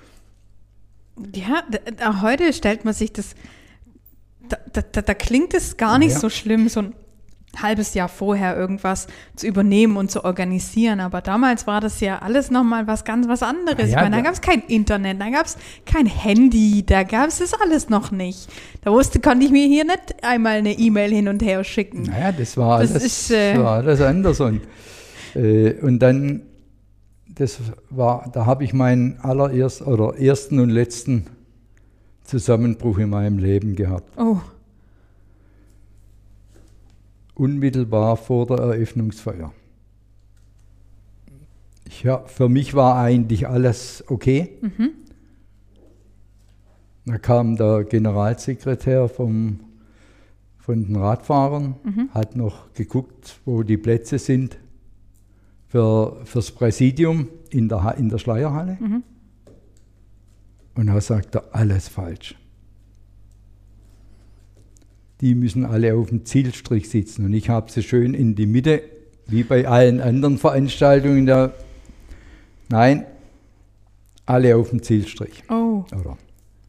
Ja, da, heute stellt man sich das, da, da, da klingt es gar nicht ja. so schlimm, so ein halbes Jahr vorher irgendwas zu übernehmen und zu organisieren. Aber damals war das ja alles nochmal was ganz was anderes. Ja, ich meine, da ja. gab es kein Internet, da gab es kein Handy, da gab es das alles noch nicht. Da wusste, konnte ich mir hier nicht einmal eine E-Mail hin und her schicken. Naja, das war Das alles, ist, äh, das war alles anders. Und, äh, und dann, das war, da habe ich meinen allerersten oder ersten und letzten Zusammenbruch in meinem Leben gehabt. Oh, Unmittelbar vor der Eröffnungsfeier. Ja, für mich war eigentlich alles okay. mhm. Da kam der Generalsekretär vom, von den Radfahrern, Mhm. hat noch geguckt, wo die Plätze sind für, fürs Präsidium in der, Ha- in der Schleierhalle. Mhm. Und da sagt er, alles falsch. Die müssen alle auf dem Zielstrich sitzen. Und ich habe sie schön in die Mitte, wie bei allen anderen Veranstaltungen. Da, nein, alle auf dem Zielstrich. Oh. Oder?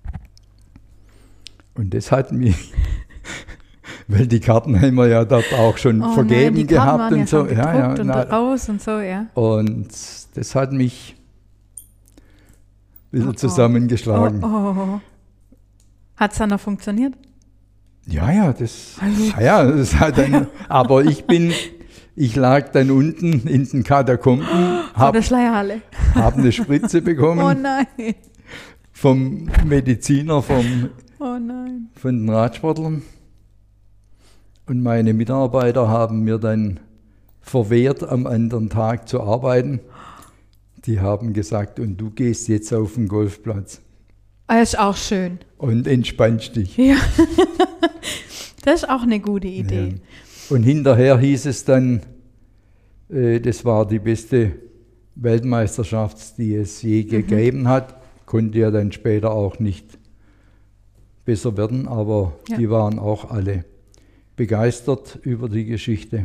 Und das hat mich, weil die Karten haben wir ja dort auch schon Oh vergeben nein, die Karten gehabt waren und ja so. schon Ja, ja, gedruckt und na, raus und so, ja. und das hat mich ein bisschen Oh, oh. zusammengeschlagen. Oh, oh. Hat es dann noch funktioniert? Ja, ja, das, ja, ja, das hat dann, aber ich bin, ich lag dann unten in den Katakomben, Vor der habe Schleierhalle. hab eine Spritze bekommen Oh nein. vom Mediziner, vom, Oh nein. von den Radsportlern. Und meine Mitarbeiter haben mir dann verwehrt, am anderen Tag zu arbeiten. Die haben gesagt, und du gehst jetzt auf den Golfplatz Das ist auch schön. und entspannst dich. Ja. Das ist auch eine gute Idee. Ja. Und hinterher hieß es dann, äh, das war die beste Weltmeisterschaft, die es je Mhm. gegeben hat. Konnte ja dann später auch nicht besser werden, aber Ja. die waren auch alle begeistert über die Geschichte.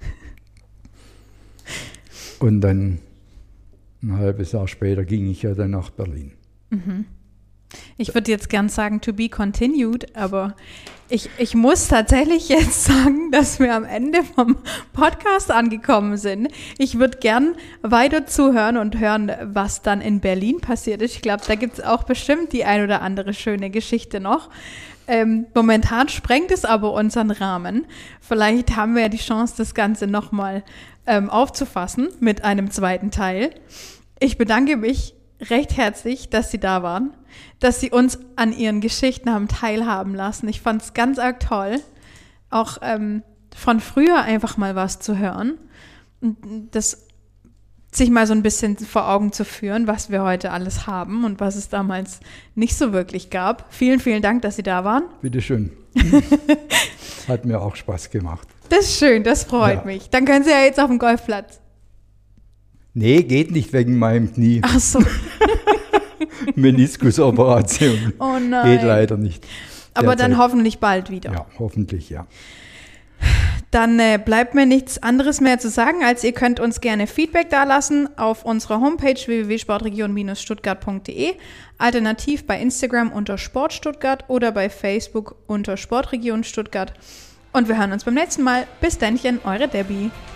Und dann ein halbes Jahr später ging ich ja dann nach Berlin. Ich würde jetzt gern sagen, to be continued, aber ich, ich muss tatsächlich jetzt sagen, dass wir am Ende vom Podcast angekommen sind. Ich würde gern weiter zuhören und hören, was dann in Berlin passiert ist. Ich glaube, da gibt es auch bestimmt die ein oder andere schöne Geschichte noch. Ähm, momentan sprengt es aber unseren Rahmen. Vielleicht haben wir ja die Chance, das Ganze nochmal ähm, aufzufassen mit einem zweiten Teil. Ich bedanke mich recht herzlich, dass Sie da waren, dass Sie uns an Ihren Geschichten haben teilhaben lassen. Ich fand es ganz arg toll, auch ähm, von früher einfach mal was zu hören und das sich mal so ein bisschen vor Augen zu führen, was wir heute alles haben und was es damals nicht so wirklich gab. Vielen, vielen Dank, dass Sie da waren. Bitte schön. Hat mir auch Spaß gemacht. Das ist schön, das freut Ja. mich. Dann können Sie ja jetzt auf dem Golfplatz. Nee, geht nicht wegen meinem Knie. Ach so. Meniskusoperation. Oh nein. Geht leider nicht. Aber dann Derzeit. hoffentlich bald wieder. Ja, hoffentlich, ja. Dann äh, bleibt mir nichts anderes mehr zu sagen, als ihr könnt uns gerne Feedback dalassen auf unserer Homepage w w w punkt sportregion stuttgart punkt d e, alternativ bei Instagram unter Sportstuttgart oder bei Facebook unter Sportregion Stuttgart. Und wir hören uns beim nächsten Mal. Bis dennchen, eure Debbie.